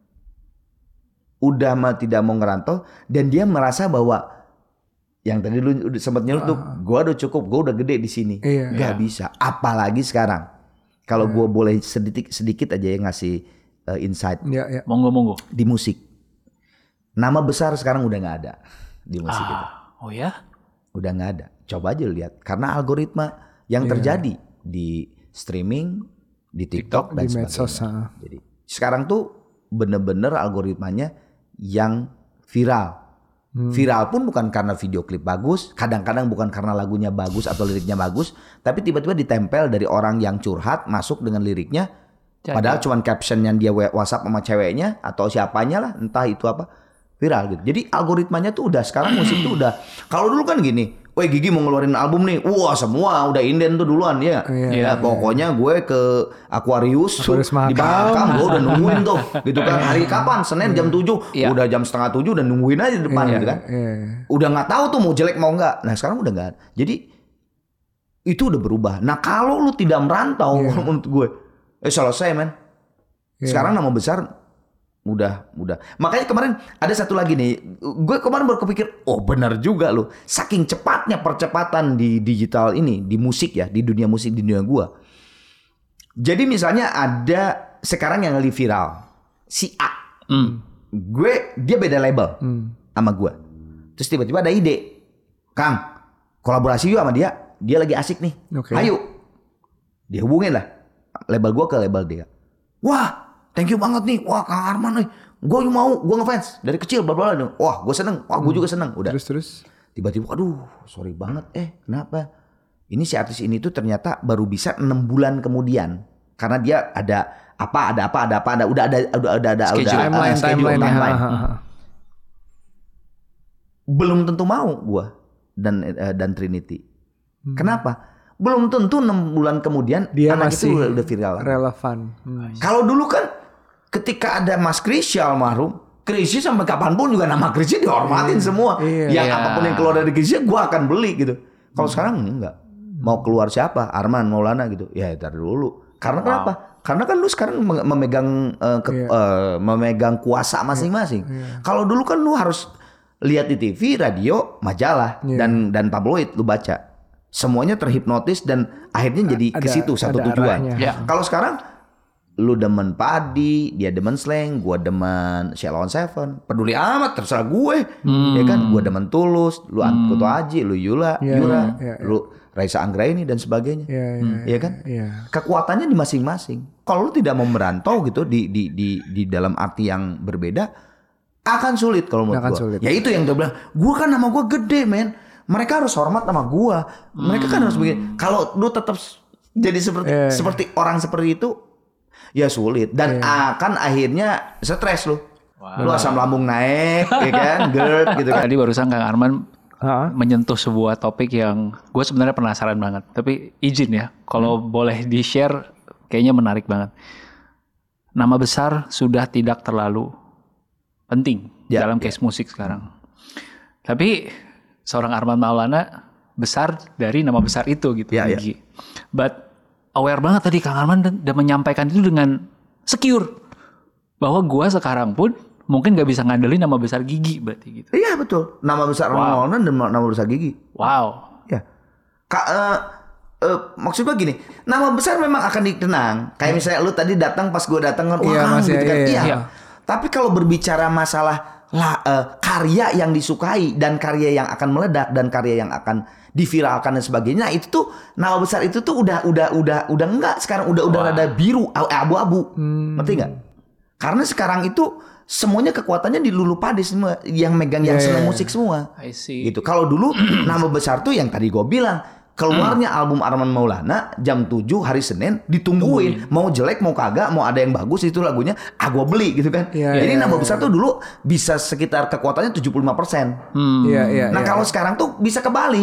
udah mah tidak mau ngerantau dan dia merasa bahwa yang tadi lu udah sempat nyelutuk, gue udah cukup, gue udah gede di sini, Iya. nggak bisa. Apalagi sekarang, kalau gue boleh sedikit sedikit aja yang ngasih uh, insight Ya, ya. Monggo monggo. di musik, nama besar sekarang udah nggak ada di musik itu, Ah, oh ya? udah nggak ada. Coba aja lihat, karena algoritma yang terjadi di streaming, di TikTok, dan Di medsos. sebagainya. ah. Jadi sekarang tuh bener-bener algoritmanya yang viral. Hmm. Viral pun bukan karena video klip bagus, kadang-kadang bukan karena lagunya bagus atau liriknya bagus, tapi tiba-tiba ditempel dari orang yang curhat masuk dengan liriknya, Jadi. padahal cuman caption yang dia WhatsApp sama ceweknya atau siapanya lah, entah itu apa, viral gitu. Jadi algoritmanya tuh udah sekarang musik tuh udah, kalau dulu kan gini, weh Gigi mau ngeluarin album nih, wah semua udah inden tuh duluan ya. Iya, Ya, pokoknya gue ke Aquarius, tuh, Aquarius di Mahakam. Mahakam gue udah nungguin tuh, gitu kan. Hari kapan? Senin jam tujuh, Iya. udah jam setengah tujuh udah nungguin aja di depan gitu kan. Iya. Udah nggak tahu tuh mau jelek mau nggak. Nah sekarang udah nggak ada. Jadi itu udah berubah. Nah kalau lu tidak merantau, Iya. menurut gue, eh selesai men. Iya. Sekarang nama besar udah, udah. Makanya kemarin ada satu lagi nih. Gue kemarin baru kepikir, oh benar juga loh. Saking cepatnya percepatan di digital ini, di musik ya, di dunia musik, di dunia gue. Jadi misalnya ada sekarang yang lagi viral, si A. Hmm. Gue, dia beda label Hmm. sama gue. Terus tiba-tiba ada ide, Kang, kolaborasi yuk sama dia. Dia lagi asik nih. Oke. Ayo. Dia hubungin lah label gue ke label dia. Wah, thank you banget nih. Wah, Kang Arman nih. Gue mau, gue ngefans dari kecil bla bla bla. Wah, gue seneng. Wah, gue juga seneng. Udah. Terus terus. Tiba-tiba, aduh, sorry banget. Eh, kenapa? Ini si artis ini tuh ternyata baru bisa enam bulan kemudian. Karena dia ada apa, ada apa, ada apa, ada udah ada udah ada ada Schedule. udah Timeline, uh, schedule, timeline, timeline. ha, ha, ha. Belum tentu mau gue dan uh, dan Trinity. Kenapa? Belum tentu enam bulan kemudian Dia anak masih itu udah, udah viral. relevan. Hmm. Kalau dulu kan ketika ada Mas Krisya almarhum, Krisya sampai kapanpun juga nama Krisya dihormatin semua. Iya. Yang Iya. apapun yang keluar dari Krisya gue akan beli gitu. Kalau sekarang enggak. Mau keluar siapa? Arman Maulana gitu. Ya ntar dulu. Karena kenapa? Karena kan lu sekarang mem- memegang uh, ke- Iya. uh, memegang kuasa masing-masing. Kalau dulu kan lu harus lihat di T V, radio, majalah Iya. dan dan tabloid lu baca. Semuanya terhipnotis dan akhirnya jadi ke Ada- situ satu ada tujuan. arahnya. Ya. Kalau sekarang lu demen padi, dia demen slang, gua demen Sheila on Seven, peduli amat terserah gue, ya kan? Gua demen Tulus, lu hmm. Kutu Aji, lu Yula, Iya, Yura, iya, iya. lu Raisa Anggraini dan sebagainya, Iya, iya, ya kan? Iya. Kekuatannya di masing-masing. Kalau lu tidak mau merantau gitu di di di di dalam arti yang berbeda, akan sulit kalau menurut Akan gua. sulit. Ya itu yang dia bilang, gua kan nama gua gede, men. Mereka harus hormat sama gua. Mereka kan harus begini. Kalau lu tetap jadi seperti Iya. seperti orang seperti itu, ya sulit dan akan akhirnya stres lu. Lu asam lambung naik, ya kan, GERD gitu kan. Tadi barusan Kang Arman Ha? menyentuh sebuah topik yang gue sebenarnya penasaran banget. Tapi izin ya, kalau boleh di-share kayaknya menarik banget. Nama besar sudah tidak terlalu penting Ya, dalam ya. case musik sekarang. Tapi seorang Arman Maulana besar dari nama besar itu gitu. Ya, ya. Gigi. But aware banget tadi Kang Arman dan, dan menyampaikan itu dengan secure. Bahwa gue sekarang pun mungkin gak bisa ngandelin nama besar Gigi berarti gitu. Iya betul. Nama besar Wow. Arman dan nama besar Gigi. Wow. Ya. Kak, eh, eh, maksud gua gini, nama besar memang akan dikenang. Kayak misalnya lu tadi datang pas gua datang kan, wah Iya, Kang, Mas, gitu iya, kan. iya, Iya. iya. Tapi kalau berbicara masalah lah, eh, karya yang disukai dan karya yang akan meledak dan karya yang akan diviralkan dan sebagainya, itu tuh nama besar itu tuh udah udah udah udah enggak sekarang udah udah rada biru abu-abu. Ngerti nggak? Karena sekarang itu semuanya kekuatannya di Lulu Pade semua yang megang yang Iya, senang iya. musik semua. I see. Gitu. Kalau dulu nama besar tuh yang tadi gue bilang, keluarnya album Arman Maulana jam tujuh hari Senin ditungguin, mau jelek mau kagak, mau ada yang bagus itu lagunya, ah gue beli gitu kan. Iya, Jadi iya, nama iya. besar tuh dulu bisa sekitar kekuatannya tujuh puluh lima persen. Hmm. Iya, iya. Nah iya. kalau sekarang tuh bisa kebalik.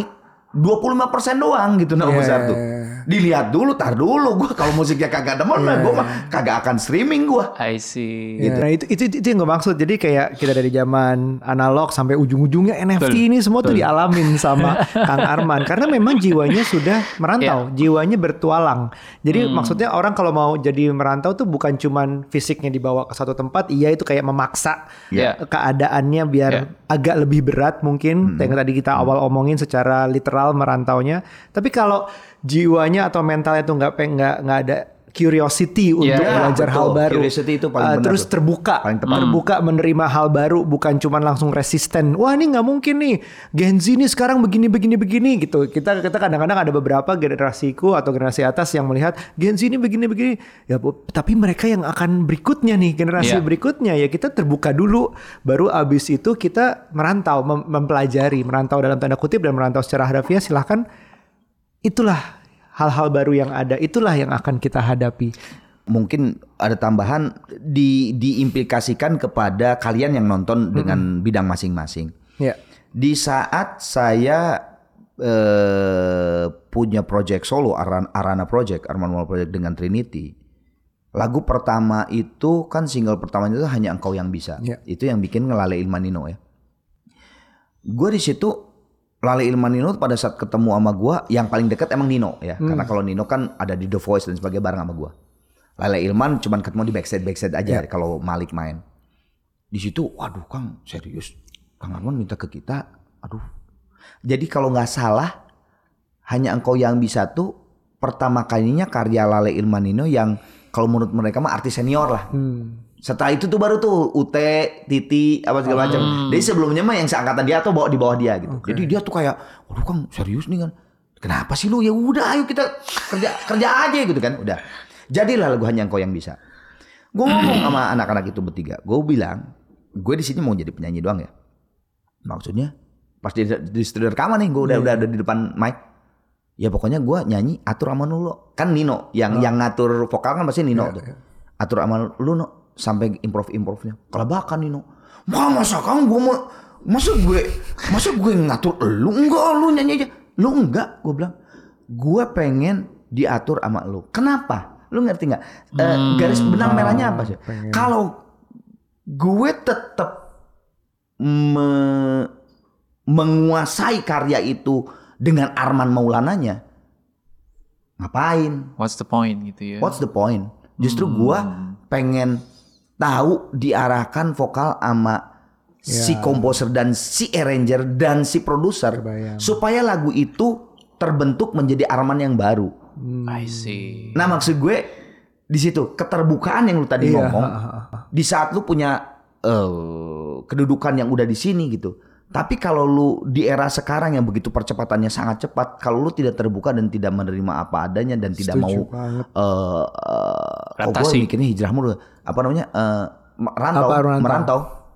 dua puluh lima persen doang gitu nama Yeah. besar tuh. Dilihat dulu, tar dulu gue kalau musiknya kagak demen yeah. gue mah kagak akan streaming gue. I see. Gitu. Nah itu itu itu yang gue maksud. Jadi kayak kita dari zaman analog sampai ujung-ujungnya N F T Betul. ini semua Betul. tuh dialamin sama Kang Arman karena memang jiwanya sudah merantau, jiwanya bertualang. Jadi Hmm. maksudnya orang kalau mau jadi merantau tuh bukan cuman fisiknya dibawa ke satu tempat, iya itu kayak memaksa Yeah. keadaannya biar Yeah. agak lebih berat mungkin. Yang tadi kita awal omongin secara literal merantaunya. Tapi kalau jiwanya atau mentalnya tuh nggak peng- nggak nggak ada curiosity untuk Yeah, belajar betul. hal baru. Curiosity itu paling Uh, benar terus tuh. terbuka, Paling tepat. terbuka menerima hal baru, bukan cuman langsung resisten. Wah ini nggak mungkin nih, Gen Z nih sekarang begini begini begini gitu. Kita kita kadang-kadang ada beberapa generasiku atau generasi atas yang melihat Gen Z ini begini begini. Ya, bu, tapi mereka yang akan berikutnya nih generasi Yeah. berikutnya ya kita terbuka dulu. Baru abis itu kita merantau, mem- mempelajari, merantau dalam tanda kutip dan merantau secara harfiah. Silahkan, itulah hal-hal baru yang ada, itulah yang akan kita hadapi. Mungkin ada tambahan di diimplikasikan kepada kalian yang nonton dengan bidang masing-masing. Ya. Di saat saya eh, punya project solo Arana, Arana Project, Arman Maulana Project dengan Trinity. Lagu pertama itu kan single pertamanya itu Hanya Engkau Yang Bisa. Ya. Itu yang bikin Lale Ilmanino ya. Gue di situ Lale Ilmanino pada saat ketemu sama gue yang paling dekat emang Nino ya. Hmm. Karena kalau Nino kan ada di The Voice dan sebagainya bareng sama gue. Lale Ilman cuman ketemu di backstage backstage aja kalau Malik main. Di situ, waduh Kang serius, Kang Arman minta ke kita, aduh. Jadi kalau nggak salah, Hanya Engkau Yang Bisa tuh pertama kalinya karya Lale Ilmanino yang kalau menurut mereka mah artis senior lah. Hmm. Setelah itu tuh baru tuh U T, Titi, apa segala macam. Jadi sebelumnya mah yang seangkatan dia tuh bawa di bawah dia gitu. Okay. Jadi dia tuh kayak, waduh Kang serius nih kan. Kenapa sih lu? Ya udah ayo kita kerja kerja aja gitu kan. Udah. Jadilah lagu Hanya Engkau Yang Bisa. Gue ngomong sama anak-anak itu bertiga. Gue bilang, gue di sini mau jadi penyanyi doang ya. Maksudnya pas di, di studio rekaman nih, gue udah udah ada di depan mic. Ya pokoknya gue nyanyi atur sama lu. Kan Nino yang yang ngatur vokal kan pasti Nino tuh. Atur sama lu no. Sampai improv-improvnya kelabakan Nino. Wah masa kamu gue mau masa gue masa gue ngatur lu enggak lu nyanyi aja lu enggak gue bilang gue pengen diatur sama lu. Kenapa? Lu ngerti nggak? Eh, garis benang merahnya apa sih? Kalau gue tetap me- menguasai karya itu dengan Arman Maulananya, ngapain? What's the point gitu ya? What's the point? Justru gue pengen tahu diarahkan vokal sama si komposer dan si arranger dan si produser supaya lagu itu terbentuk menjadi Arman yang baru. I see. Nah maksud gue di situ keterbukaan yang lu tadi Iya. ngomong di saat lu punya uh, kedudukan yang udah di sini gitu. Tapi kalau lu di era sekarang yang begitu percepatannya sangat cepat, kalau lu tidak terbuka dan tidak menerima apa adanya dan tidak Setuju mau banget. uh, uh, oh gue Adaptasi. mikirnya hijrah mulu apa namanya uh, merantau, Apa, merantau? merantau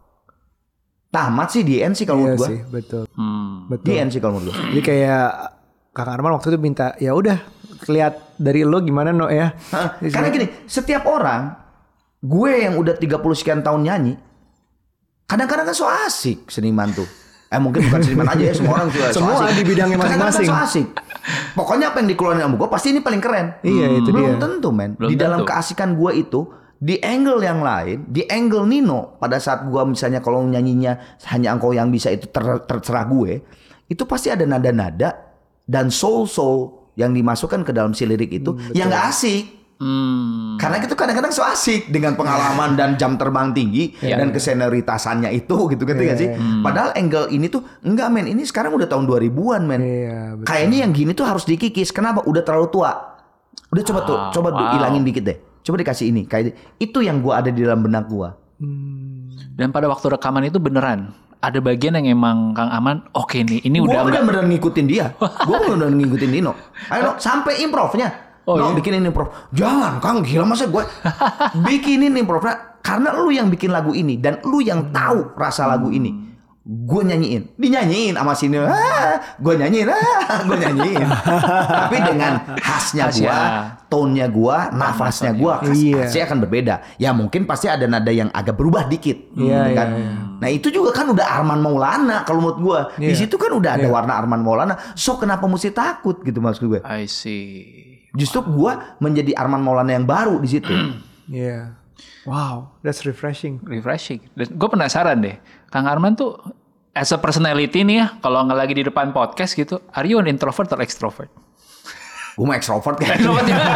tamat sih di end sih kalau Iya menurut gue sih, betul. Hmm. di Betul. end sih kalau menurut gue. Jadi kayak Kang Arman waktu itu minta, ya udah lihat dari lo gimana no ya. Hah, karena gini, setiap orang, gue yang udah tiga puluh sekian tahun nyanyi, kadang-kadang kan so asik seniman tuh. Eh mungkin bukan seniman aja ya, semua orang juga so Semua asik. di bidangnya Kadang-kadang masing-masing. kan so asik. Pokoknya apa yang dikeluarin sama gue, pasti ini paling keren. Iya, itu Belum dia. tentu men. Belum Di dalam tentu. keasikan gue itu, di angle yang lain, di angle Nino, pada saat gue misalnya kalau nyanyinya Hanya Engkau Yang Bisa itu ter- terserah gue, itu pasti ada nada-nada dan soul-soul yang dimasukkan ke dalam si lirik itu yang gak asik. Hmm. Karena itu kadang-kadang so asik dengan pengalaman dan jam terbang tinggi Iya. dan kesenioritasannya itu gitu gitu gak sih? Padahal angle ini tuh enggak men, ini sekarang udah tahun dua ribuan men. Iya, betul. Kayaknya yang gini tuh harus dikikis. Kenapa? Udah terlalu tua. Udah coba tuh, Ah, coba tuh wow. ilangin dikit deh. Coba dikasih ini. Kayak itu yang gua ada di dalam benak gua. Dan pada waktu rekaman itu beneran ada bagian yang emang Kang Aman, oke nih, ini Gua udah enggak. bener-bener ngikutin dia. Gua bener-bener ngikutin Nino. Ayo no, sampai improvnya. Oh, no, iya? bikinin improv. Jangan Kang, gila masa gue bikinin improvnya karena lu yang bikin lagu ini dan lu yang tahu rasa lagu ini. gue nyanyiin, dinyanyiin sama sini, ah, gue nyanyiin, ah, gue nyanyiin. Tapi dengan khasnya gue, Khasnya. tone-nya gue, nafasnya gue, khas, Iya. khasnya akan berbeda. Ya mungkin pasti ada nada yang agak berubah dikit, Iya, kan? iya, iya. Nah itu juga kan udah Arman Maulana kalau menurut gue. Di Iya. situ kan udah ada Iya. warna Arman Maulana. So kenapa mesti takut gitu maksud gue? I see. Justru gue menjadi Arman Maulana yang baru di situ. Iya. Wow, that's refreshing. Refreshing. Dan gue penasaran deh, Kang Arman tuh as a personality nih ya, kalau nggak lagi di depan podcast gitu, are you an introvert or extrovert? Gue mau extrovert kan. Extrovert ya?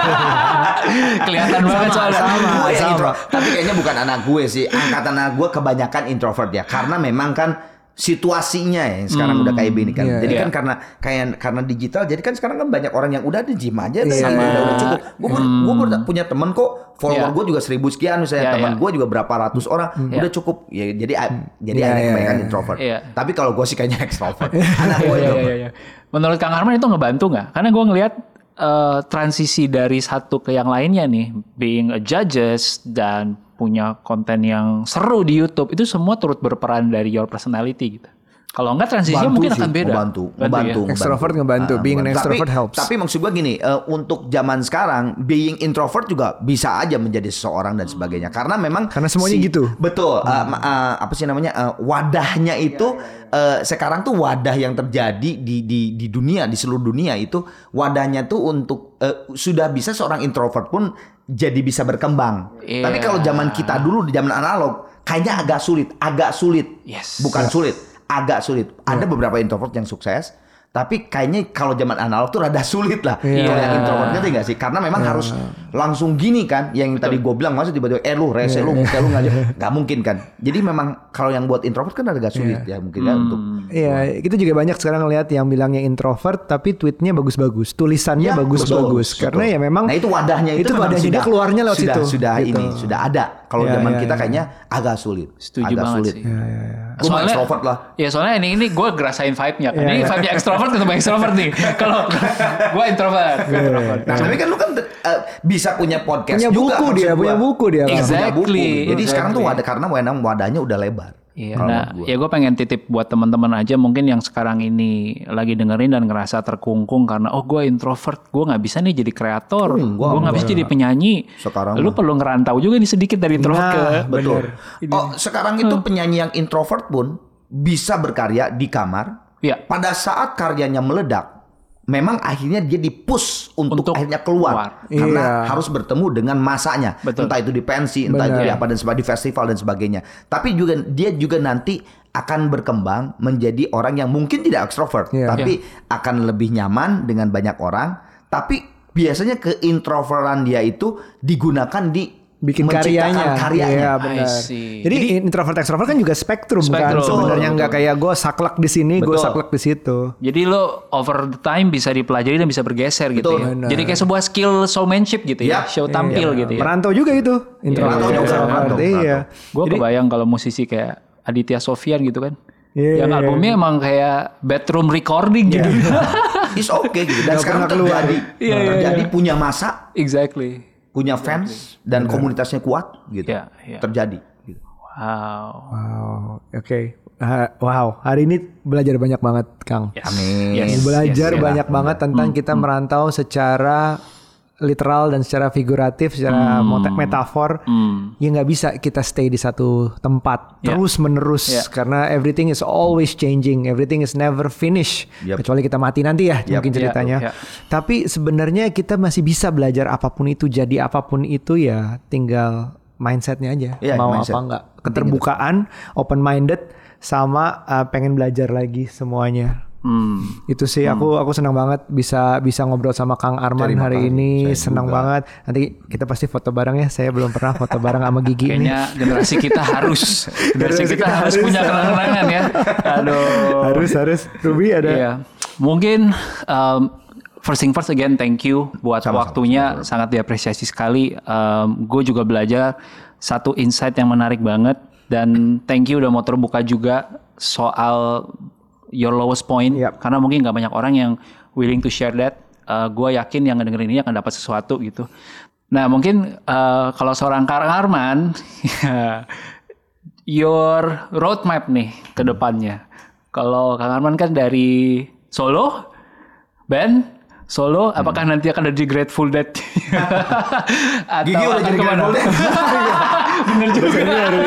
Kelihatan banget soalnya. Sama, gue yang sama. intro. Tapi kayaknya bukan anak gue sih. Angkatan anak gue kebanyakan introvert ya. Karena memang kan situasinya ya yang sekarang udah kayak begini kan. Iya, jadi iya. kan karena kayak karena digital. Jadi kan sekarang kan banyak orang yang udah di gym aja. Iya, sama iya. udah, udah cukup. Gue gue punya temen kok. Follower Iya. gue juga seribu sekian misalnya. Iya, Teman iya. gue juga berapa ratus orang. Iya. Udah cukup. Ya, jadi jadi Iya, ada iya, kebanyakan iya. introvert. Iya. Tapi kalau gue sih kayaknya extrovert. Anak gue Iya, iya, introvert. iya, iya. Menurut Kang Arman itu ngebantu nggak? Karena gue ngelihat eh, transisi dari satu ke yang lainnya nih, being a judges dan punya konten yang seru di YouTube itu semua turut berperan dari your personality gitu. Kalau enggak transisinya Bantu mungkin sih, akan beda. Ngebantu, Bantu ngebantu, ya? Extrovert ngebantu, Ah, being an ngebantu. extrovert tapi, helps. Tapi maksud gue gini, eh, untuk zaman sekarang, being introvert juga bisa aja menjadi seseorang dan sebagainya. Karena memang Karena semuanya gitu. Betul. eh, ma- eh, apa sih namanya? eh, wadahnya itu eh, sekarang tuh wadah yang terjadi di di di dunia, di seluruh dunia itu wadahnya tuh untuk eh, sudah bisa seorang introvert pun jadi bisa berkembang. Iya. Tapi kalau zaman kita dulu di zaman analog, kayaknya agak sulit, agak sulit. Yes. Bukan sulit. Agak sulit. Ada beberapa introvert yang sukses, tapi kayaknya kalau zaman analog tuh rada sulit lah. Iya. Kalau yang introvert ngerti nggak sih? Karena memang harus langsung gini kan. Yang tadi gue bilang masa tiba-tiba eh lu rese lu muka lu nggak nggak mungkin kan. Jadi memang kalau yang buat introvert kan agak sulit ya mungkin ya untuk. Iya, kita juga banyak sekarang ngelihat yang bilangnya introvert tapi tweetnya bagus-bagus, tulisannya Ya, bagus-bagus. betul, Karena betul. ya memang Nah itu wadahnya itu, itu memang wadahnya dia keluarnya lewat sudah, situ. Sudah Gitu. ini sudah ada. Kalau Ya, zaman ya, kita ya. kayaknya agak sulit. Setuju agak banget sulit. sih. Gue mau extrovert lah. Ya soalnya ini ini gue ngerasain vibe-nya kan. Iya, Ini iya. vibe-nya extrovert ketemu extrovert nih. Kalau gue introvert, gue introvert. Nah, tapi kan lu kan uh, bisa punya podcast Punya juga. buku maksud dia, gua. punya buku dia, Bang. Iya, punya Exactly, buku. Jadi exactly. sekarang tuh wadah karena memang wadahnya udah lebar. Iya, Kalau nah, menurut gua. ya gue pengen titip buat teman-teman aja mungkin yang sekarang ini lagi dengerin dan ngerasa terkungkung karena oh gue introvert, gue nggak bisa nih jadi kreator, Oh, enggak, gue nggak bisa jadi penyanyi. Sekarang lu mah. perlu ngerantau juga nih sedikit dari introvert Nah, ke Betul. Oh, sekarang itu penyanyi yang introvert pun bisa berkarya di kamar. ya Pada saat karyanya meledak, memang akhirnya dia di-push untuk, Untuk akhirnya keluar. keluar. Karena Iya. harus bertemu dengan masanya. Betul. Entah itu di pensi, entah itu Benar. di apa dan sebagainya, di festival dan sebagainya. Tapi juga dia juga nanti akan berkembang menjadi orang yang mungkin tidak ekstrovert, Iya. tapi akan lebih nyaman dengan banyak orang. Tapi biasanya keintrovertan dia itu digunakan di bikin menciptakan karyanya. karyanya. Iya, benar. I see. Jadi, introvert extrovert kan juga spektrum, Spektrum. kan sebenarnya Betul, nggak kayak gue saklek di sini, gue Betul. saklek di situ. Jadi lo over the time bisa dipelajari dan bisa bergeser gitu Betul. ya. Benar. Jadi kayak sebuah skill showmanship gitu ya, Yap. show tampil Iya. gitu ya. Merantau juga itu introvert merantau juga, extrovert. merantau, Iya. merantau. Gue kebayang kalau musisi kayak Aditya Sofyan gitu kan. Iya, yang iya, albumnya emang kayak bedroom recording gitu. It's okay gitu. Dan Nggak sekarang pernah keluar. terjadi, Iya, iya, terjadi iya. punya masa, Exactly. punya fans dan komunitasnya kuat gitu. Iya, iya. Terjadi. Gitu. Wow. Wow, oke. Ha- wow, hari ini belajar banyak banget, Kang. Yes. Amin. Yes. Belajar Yes, banyak yes. banget tentang kita merantau secara literal dan secara figuratif, secara mota- metafor. Hmm. Ya nggak bisa kita stay di satu tempat Ya. terus menerus Ya. karena everything is always changing, everything is never finish. Yep. Kecuali kita mati nanti ya, Yep. mungkin Ya, ceritanya. ya. Tapi sebenarnya kita masih bisa belajar apapun itu, jadi apapun itu ya tinggal mindsetnya aja, Iya, mau mindset. apa enggak. Keterbukaan, open minded, sama uh, pengen belajar lagi semuanya. Hmm. Itu sih aku aku senang banget bisa bisa ngobrol sama Kang Arman Terima hari kasih. ini. Saya Senang juga. banget. Nanti kita pasti foto bareng ya. Saya belum pernah foto bareng sama Gigi ini. Kayaknya generasi kita harus, generasi kita harus punya kenangan ya. Aduh. Harus harus. Ruby ada. Iya. Mungkin um, first thing first again thank you buat Sama-sama, waktunya sangat diapresiasi sekali. Um, gue juga belajar satu insight yang menarik banget dan thank you udah mau terbuka juga soal your lowest point Yap. karena mungkin nggak banyak orang yang willing to share that. Uh, gue yakin yang ngedengerin ini akan dapat sesuatu gitu. Nah mungkin uh, kalau seorang Kang Arman your roadmap nih ke depannya. Kalau Kang Arman kan dari solo, band, solo, hmm. apakah nanti akan ada di Grateful Dead? Atau Gigi udah akan jadi kemana? Grateful Dead. Bener juga.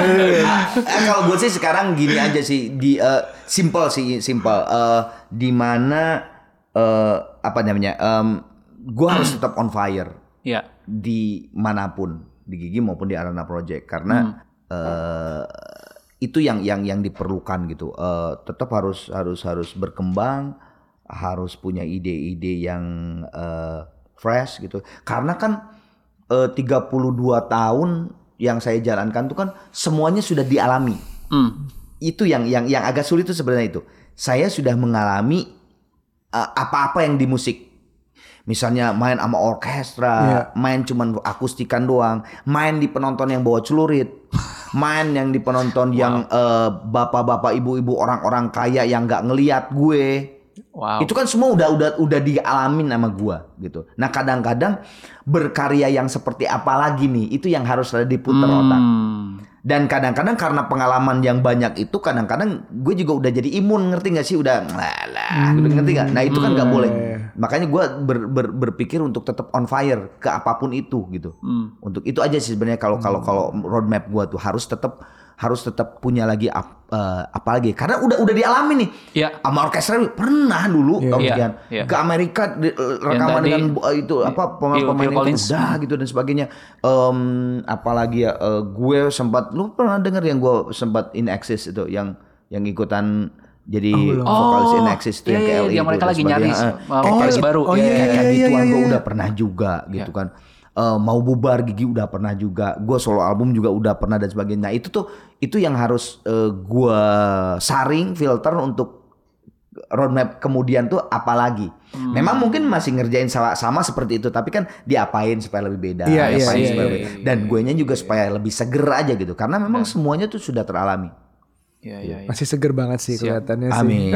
Eh, kalau gue sih sekarang gini aja sih, di uh, simple sih, simple. Uh, di mana uh, apa namanya? Um, gue harus tetap on fire. Ya. Di manapun, di Gigi maupun di Arana Project, karena hmm. uh, itu yang yang yang diperlukan gitu. Uh, tetap harus harus harus berkembang, harus punya ide-ide yang uh, fresh gitu. Karena kan uh, tiga puluh dua tahun yang saya jalankan tuh kan semuanya sudah dialami. Hmm. Itu yang yang yang agak sulit itu sebenarnya itu. Saya sudah mengalami uh, apa-apa yang di musik. Misalnya main sama orkestra, yeah. main cuman akustikan doang, main di penonton yang bawa celurit, main yang di penonton wow. yang uh, bapak-bapak, ibu-ibu, orang-orang kaya yang nggak ngelihat gue. Wow. Itu kan semua udah udah udah dialamin sama gue gitu. Nah kadang-kadang berkarya yang seperti apa lagi nih, itu yang harus ada diputar hmm. otak. Dan kadang-kadang karena pengalaman yang banyak itu, kadang-kadang gue juga udah jadi imun, ngerti gak sih? Udah lah, hmm. ngerti gak? Nah itu kan gak boleh. Makanya gue ber, ber, berpikir untuk tetap on fire ke apapun itu gitu. Hmm. Untuk itu aja sih sebenarnya kalau kalau kalau roadmap gue tuh harus tetap harus tetap punya lagi ap, uh, apa lagi? Karena udah udah dialami nih. Yeah. Sama orkestra pernah dulu yeah. kemudian yeah. yeah. ke Amerika di, rekaman dengan uh, itu apa pemain-pemain itu udah gitu dan sebagainya. Um, apalagi ya uh, gue sempat lu pernah dengar yang gue sempat In Excess itu yang yang ikutan jadi oh, vokalis In Excess itu iya, yang ke L A yang mereka lagi nyari uh, vokalis baru. Oh iya, kayak iya, gituan iya, gue iya. udah pernah juga gitu yeah. kan. Uh, mau bubar Gigi udah pernah juga, gue solo album juga udah pernah dan sebagainya. Nah, itu tuh itu yang harus uh, gue saring filter untuk roadmap kemudian tuh apalagi. Hmm. Memang mungkin masih ngerjain sama, sama seperti itu, tapi kan diapain supaya lebih beda, iya, diapain iya, supaya iya, lebih, iya, dan iya, gue nya juga iya, supaya lebih seger aja gitu, karena memang Dan. semuanya tuh sudah teralami. Ya, ya, ya. Masih seger banget sih kelihatannya sih. Amin.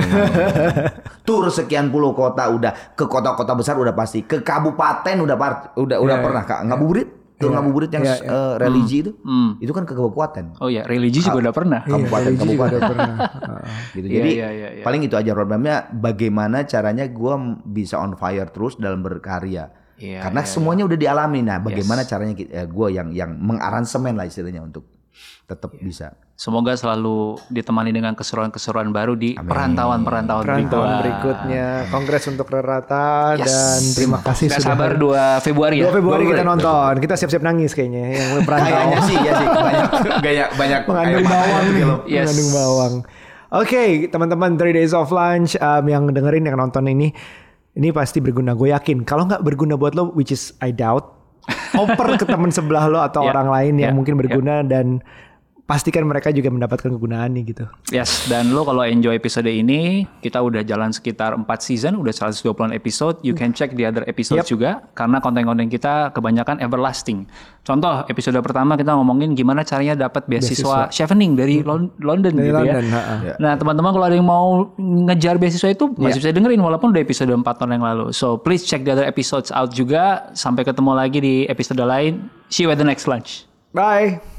Tur sekian puluh kota udah, ke kota-kota besar udah pasti, ke kabupaten udah par, udah udah yeah, pernah Kak. yeah. Ngabuburit, tur yeah. ngabuburit yang yeah, yeah. Uh, religi hmm. itu. Hmm. Itu kan ke kabupaten. Oh ya, religi juga udah pernah. Kabupaten iya, kabupaten juga udah pernah. gitu. Iya, Jadi iya, iya, iya. paling itu aja roadmapnya, bagaimana caranya gue bisa on fire terus dalam berkarya. Iya, Karena iya, semuanya iya. udah dialami. Nah, bagaimana Yes. caranya eh, gue yang yang mengaransemen lah istilahnya untuk tetap Iya. bisa. Semoga selalu ditemani dengan keseruan-keseruan baru di Amin. perantauan-perantauan Perantauan berikutnya. berikutnya, Kongres untuk Rerata Yes. dan terima kasih Gak sudah sabar dua Februari ya. dua Februari Dua kita Februari. nonton. Kita siap-siap nangis kayaknya yang perantauan. Kayaknya sih ya sih banyak gaya banyak Mengandung air mata bawang nih, gitu. Yes. mengandung bawang. Oke, teman-teman three Days of Lunch um, yang dengerin yang nonton ini, ini pasti berguna. Gue yakin. Kalau nggak berguna buat lo, which is I doubt, oper ke teman sebelah lo atau Yeah. orang lain yang Yeah. mungkin berguna dan pastikan mereka juga mendapatkan kegunaannya gitu. Yes, dan lo kalau enjoy episode ini, kita udah jalan sekitar empat season, udah seratus dua puluh episode. You can check the other episodes Yep. juga, karena konten-konten kita kebanyakan everlasting. Contoh, episode pertama kita ngomongin gimana caranya dapat beasiswa, Beasiswa. chevening dari Lon- London Dari gitu London, ya. ha-ha. Ya. Nah, teman-teman kalau ada yang mau ngejar beasiswa itu masih Yeah. bisa dengerin walaupun udah episode empat tahun yang lalu. So, please check the other episodes out juga. Sampai ketemu lagi di episode lain. See you at the next lunch. Bye.